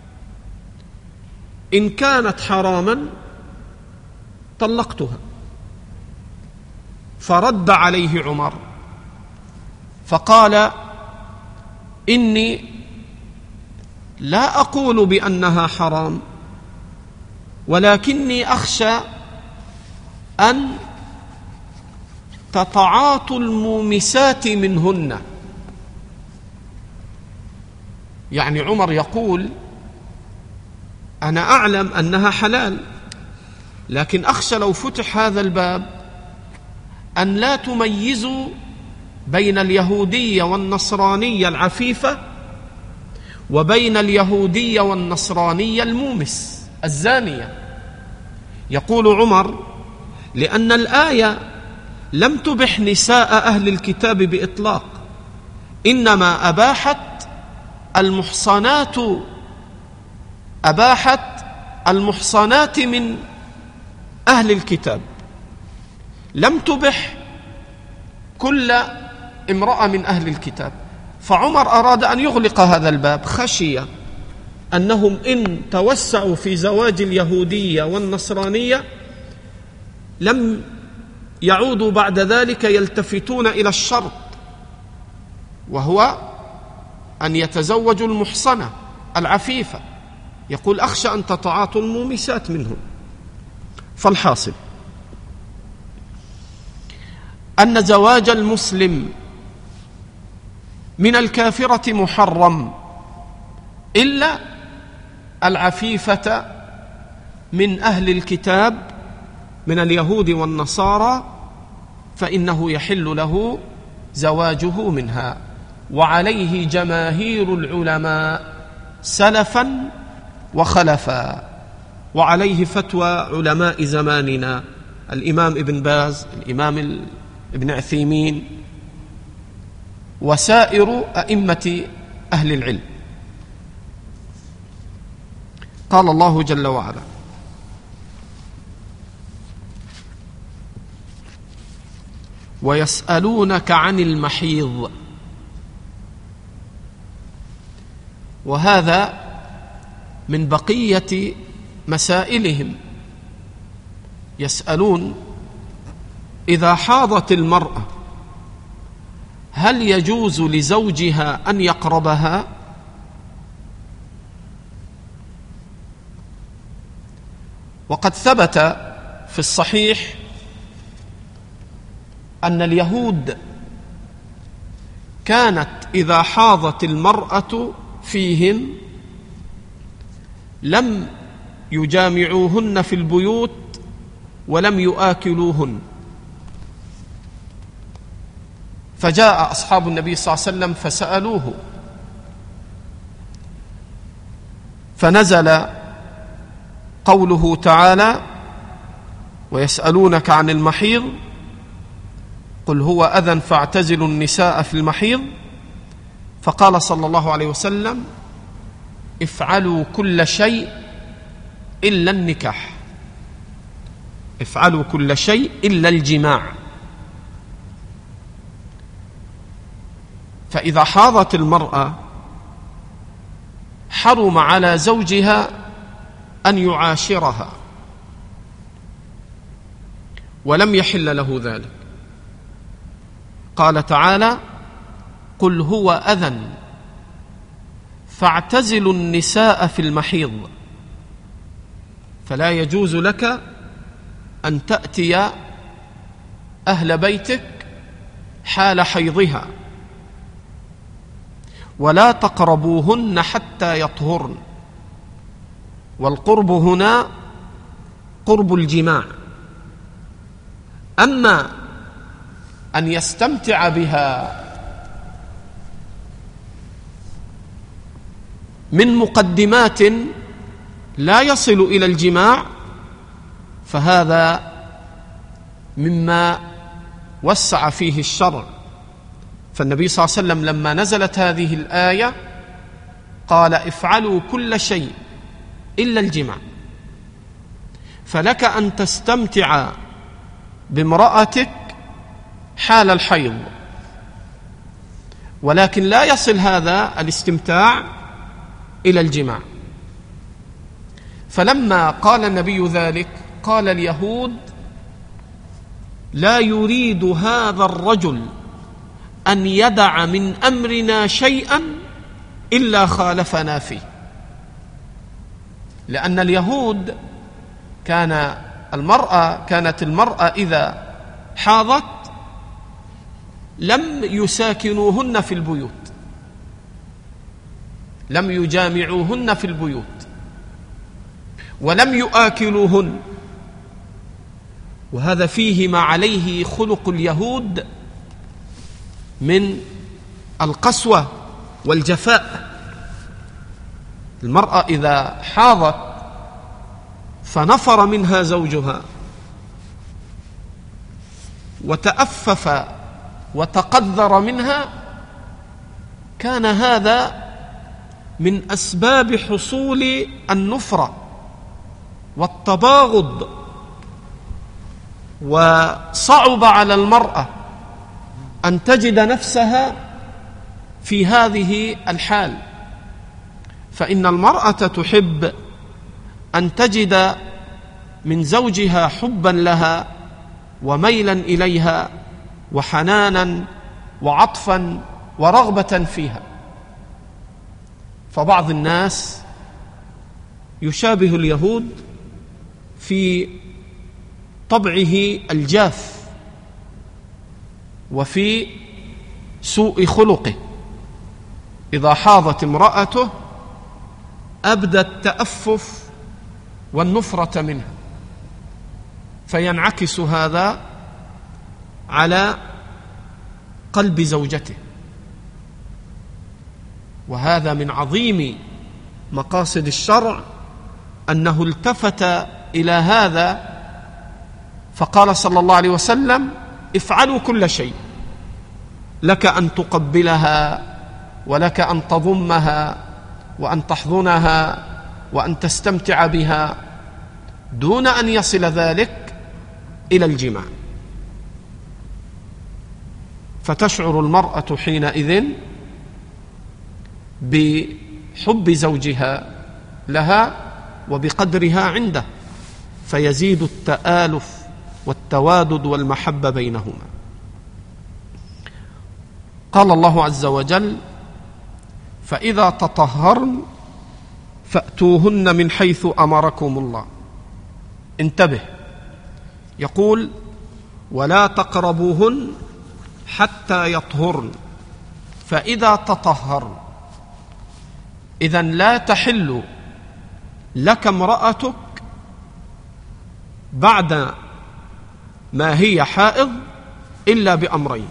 إن كانت حراما طلقتها. فرد عليه عمر فقال: إني لا أقول بأنها حرام، ولكني أخشى أن تتعاطوا المومسات منهن. يعني عمر يقول أنا أعلم أنها حلال، لكن أخشى لو فتح هذا الباب أن لا تميزوا بين اليهودية والنصرانية العفيفة وبين اليهودية والنصرانية المومس الزانية. يقول عمر لأن الآية لم تبح نساء أهل الكتاب بإطلاق، إنما أباحت المحصنات من أهل الكتاب، لم تبح كل امرأة من أهل الكتاب. فعمر أراد أن يغلق هذا الباب، خشية أنهم إن توسعوا في زواج اليهودية والنصرانية لم يعودوا بعد ذلك يلتفتون إلى الشرط، وهو أن يتزوجوا المحصنة العفيفة. يقول أخشى أن تتعاطوا المومسات منهم. فالحاصل أن زواج المسلم من الكافرة محرم إلا العفيفة من أهل الكتاب من اليهود والنصارى، فإنه يحل له زواجه منها، وعليه جماهير العلماء سلفا وخلفا، وعليه فتوى علماء زماننا الإمام ابن باز، الإمام ابن عثيمين، وسائر أئمة أهل العلم. قال الله جل وعلا: ويسألونك عن المحيض. وهذا من بقية مسائلهم. يسألون: إذا حاضت المرأة هل يجوز لزوجها أن يقربها؟ وقد ثبت في الصحيح أن اليهود كانت إذا حاضت المرأة فيهم لم يجامعوهن في البيوت ولم يآكلوهن. فجاء أصحاب النبي صلى الله عليه وسلم فسألوه، فنزل قوله تعالى: ويسألونك عن المحيض قل هو أذى فاعتزلوا النساء في المحيض. فقال صلى الله عليه وسلم: افعلوا كل شيء إلا النكاح، افعلوا كل شيء إلا الجماع. فإذا حاضت المرأة حرم على زوجها أن يعاشرها، ولم يحل له ذلك. قال تعالى: قل هو أذى فاعتزلوا النساء في المحيض. فلا يجوز لك أن تأتي أهل بيتك حال حيضها، ولا تقربوهن حتى يطهرن. والقرب هنا قرب الجماع. أما أن يستمتع بها من مقدمات لا يصل إلى الجماع فهذا مما وسع فيه الشرع. فالنبي صلى الله عليه وسلم لما نزلت هذه الآية قال: افعلوا كل شيء إلا الجماع. فلك أن تستمتع بامرأتك حال الحيض، ولكن لا يصل هذا الاستمتاع إلى الجماع. فلما قال النبي ذلك قال اليهود: لا يريد هذا الرجل أن يدع من أمرنا شيئا إلا خالفنا فيه. لأن اليهود كانت المرأة إذا حاضت لم يساكنوهن في البيوت، لم يجامعوهن في البيوت، ولم يآكلوهن. وهذا فيه ما عليه خلق اليهود من القسوة والجفاء. المرأة إذا حاضت فنفر منها زوجها وتأفف وتقذر منها، كان هذا من أسباب حصول النفرة والتباغض، وصعب على المرأة أن تجد نفسها في هذه الحال. فإن المرأة تحب أن تجد من زوجها حبا لها وميلا إليها وحنانا وعطفا ورغبة فيها. فبعض الناس يشابه اليهود في طبعه الجاف وفي سوء خلقه. إذا حاضت امرأته أبدى التأفف والنفرة منها، فينعكس هذا على قلب زوجته. وهذا من عظيم مقاصد الشرع، أنه التفت إلى هذا فقال صلى الله عليه وسلم: افعلوا كل شيء، لك أن تقبلها، ولك أن تضمها، وأن تحضنها، وأن تستمتع بها، دون أن يصل ذلك إلى الجماع. فتشعر المرأة حينئذ بحب زوجها لها وبقدرها عنده، فيزيد التآلف والتوادد والمحبة بينهما. قال الله عز وجل: فإذا تطهرن فأتوهن من حيث أمركم الله. انتبه، يقول: ولا تقربوهن حتى يطهرن. فإذا تطهرن، إذن لا تحل لك امرأتك بعد ما هي حائض إلا بأمرين: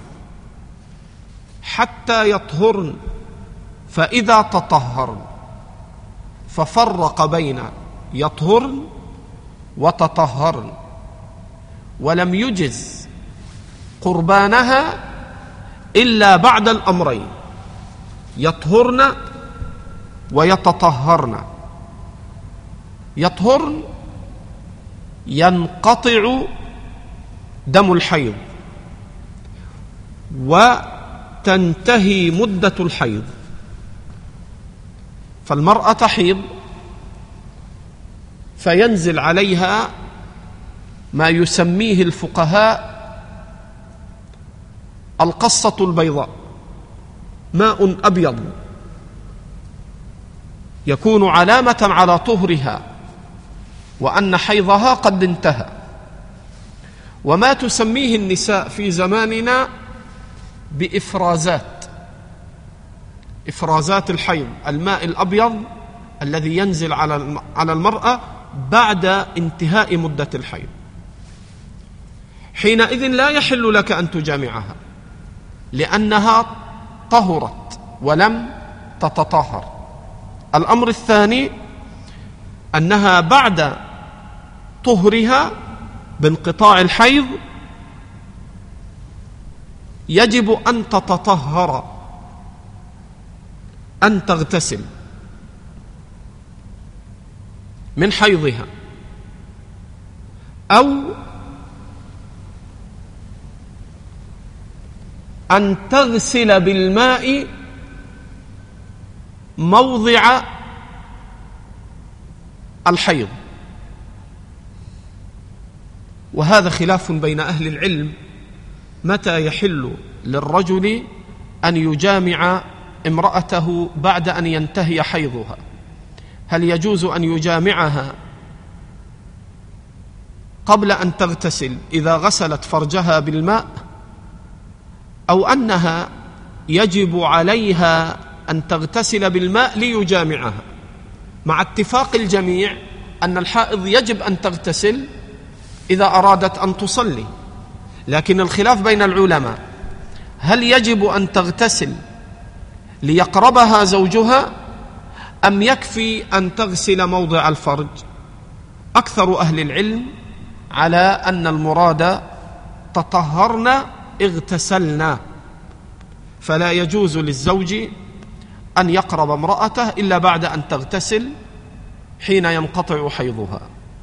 حتى يطهرن، فإذا تطهرن. ففرق بين يطهرن وتطهرن، ولم يجز قربانها إلا بعد الأمرين: يطهرن ويتطهرن. يطهرن ينقطع دم الحيض وتنتهي مدة الحيض. فالمرأة تحيض فينزل عليها ما يسميه الفقهاء القصة البيضاء، ماء أبيض يكون علامة على طهرها وأن حيضها قد انتهى. وما تسميه النساء في زماننا بإفرازات، إفرازات الحيض، الماء الأبيض الذي ينزل على المرأة بعد انتهاء مدة الحيض. حينئذ لا يحل لك أن تجامعها، لأنها طهرت ولم تتطهر. الأمر الثاني أنها بعد طهرها بانقطاع الحيض يجب أن تتطهر، أن تغتسل من حيضها، أو أن تغسل بالماء موضع الحيض. وهذا خلاف بين أهل العلم متى يحل للرجل أن يجامع امرأته بعد أن ينتهي حيضها. هل يجوز أن يجامعها قبل أن تغتسل إذا غسلت فرجها بالماء، أو أنها يجب عليها أن تغتسل بالماء ليجامعها، مع اتفاق الجميع أن الحائض يجب أن تغتسل إذا أرادت أن تصلي، لكن الخلاف بين العلماء: هل يجب أن تغتسل ليقربها زوجها أم يكفي أن تغسل موضع الفرج؟ أكثر أهل العلم على أن المراد تطهرن اغتسلنا، فلا يجوز للزوج أن يقرب امرأته إلا بعد أن تغتسل حين ينقطع حيضها.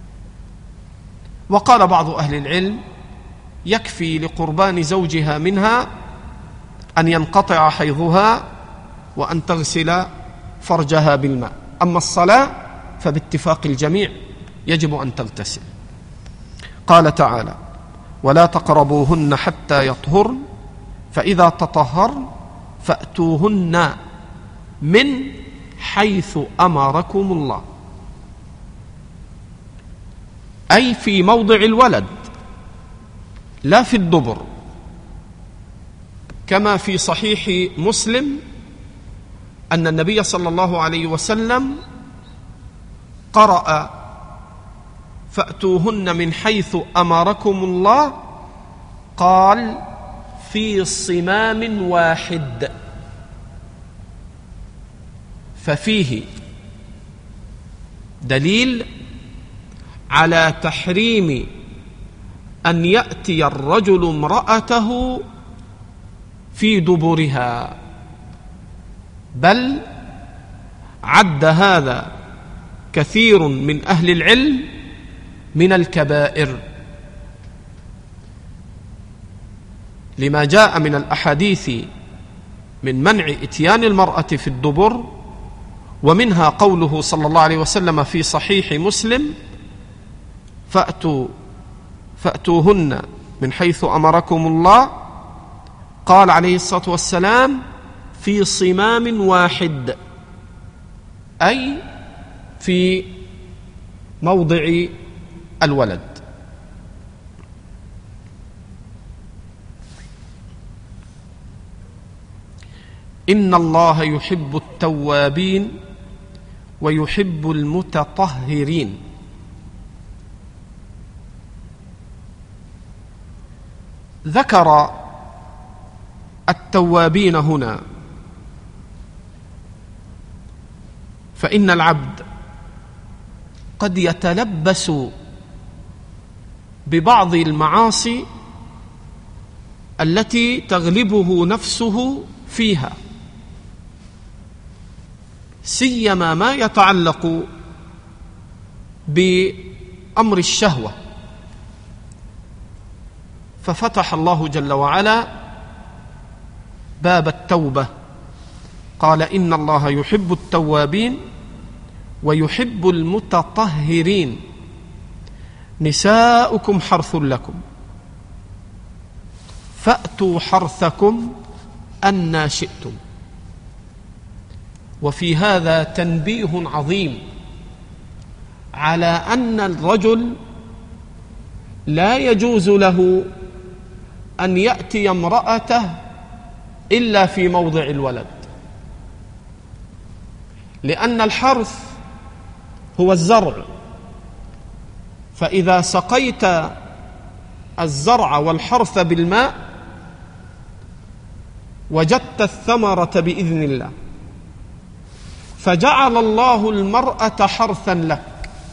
وقال بعض أهل العلم: يكفي لقربان زوجها منها أن ينقطع حيضها وأن تغسل فرجها بالماء، أما الصلاة فباتفاق الجميع يجب أن تغتسل. قال تعالى: ولا تقربوهن حتى يطهرن فإذا تطهرن فأتوهن من حيث أمركم الله، أي في موضع الولد لا في الدبر، كما في صحيح مسلم أن النبي صلى الله عليه وسلم قرأ: فأتوهن من حيث أمركم الله، قال: في صمام واحد. ففيه دليل على تحريم أن يأتي الرجل امرأته في دبرها، بل عد هذا كثير من أهل العلم من الكبائر، لما جاء من الأحاديث من منع إتيان المرأة في الدبر، ومنها قوله صلى الله عليه وسلم في صحيح مسلم: فأتوهن من حيث أمركم الله، قال عليه الصلاة والسلام: في صمام واحد، أي في موضع الولد. إن الله يحب التوابين ويحب المتطهرين. ذكر التوابين هنا، فإن العبد قد يتلبس ببعض المعاصي التي تغلبه نفسه فيها، سيما ما يتعلق بأمر الشهوة، ففتح الله جل وعلا باب التوبة، قال: إن الله يحب التوابين ويحب المتطهرين، نساؤكم حرث لكم فأتوا حرثكم أنى شئتم. وفي هذا تنبيه عظيم على أن الرجل لا يجوز له أن يأتي امرأته إلا في موضع الولد، لأن الحرث هو الزرع، فإذا سقيت الزرع والحرث بالماء وجدت الثمرة بإذن الله، فجعل الله المرأة حرثا لك،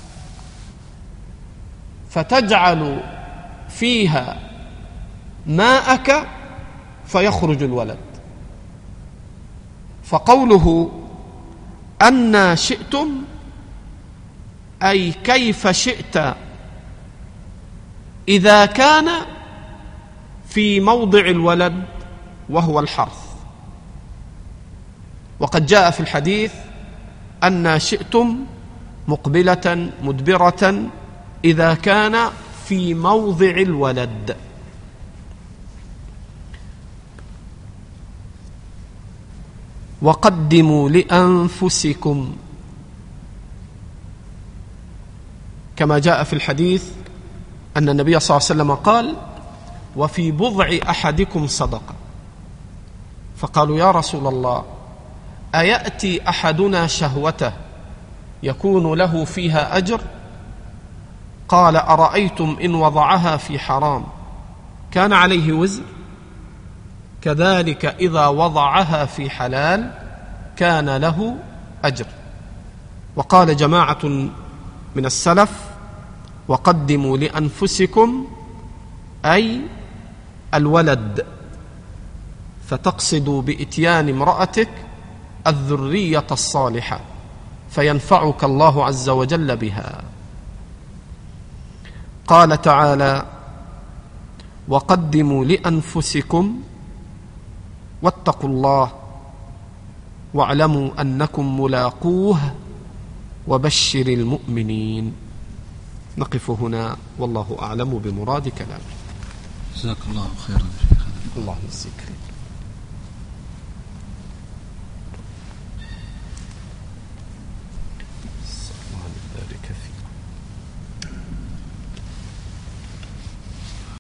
فتجعل فيها ماءك فيخرج الولد. فقوله أنى شئتم أي كيف شئت، إذا كان في موضع الولد وهو الحرث. وقد جاء في الحديث: أنى شئتم مقبلة مدبرة، إذا كان في موضع الولد. وقدموا لأنفسكم، كما جاء في الحديث أن النبي صلى الله عليه وسلم قال: وفي بضع أحدكم صدقة. فقالوا يا رسول الله أيأتي أحدنا شهوته يكون له فيها أجر؟ قال أرأيتم إن وضعها في حرام كان عليه وزر؟ كذلك إذا وضعها في حلال كان له أجر. وقال جماعة من السلف وقدموا لأنفسكم أي الولد، فتقصد بإتيان امرأتك الذرية الصالحة فينفعك الله عز وجل بها. قال تعالى وقدموا لأنفسكم واتقوا الله واعلموا أنكم ملاقوه وبشر المؤمنين. نقف هنا والله أعلم بمراد كلامه. جزاك الله خيرا شيخنا. الله يجزيك.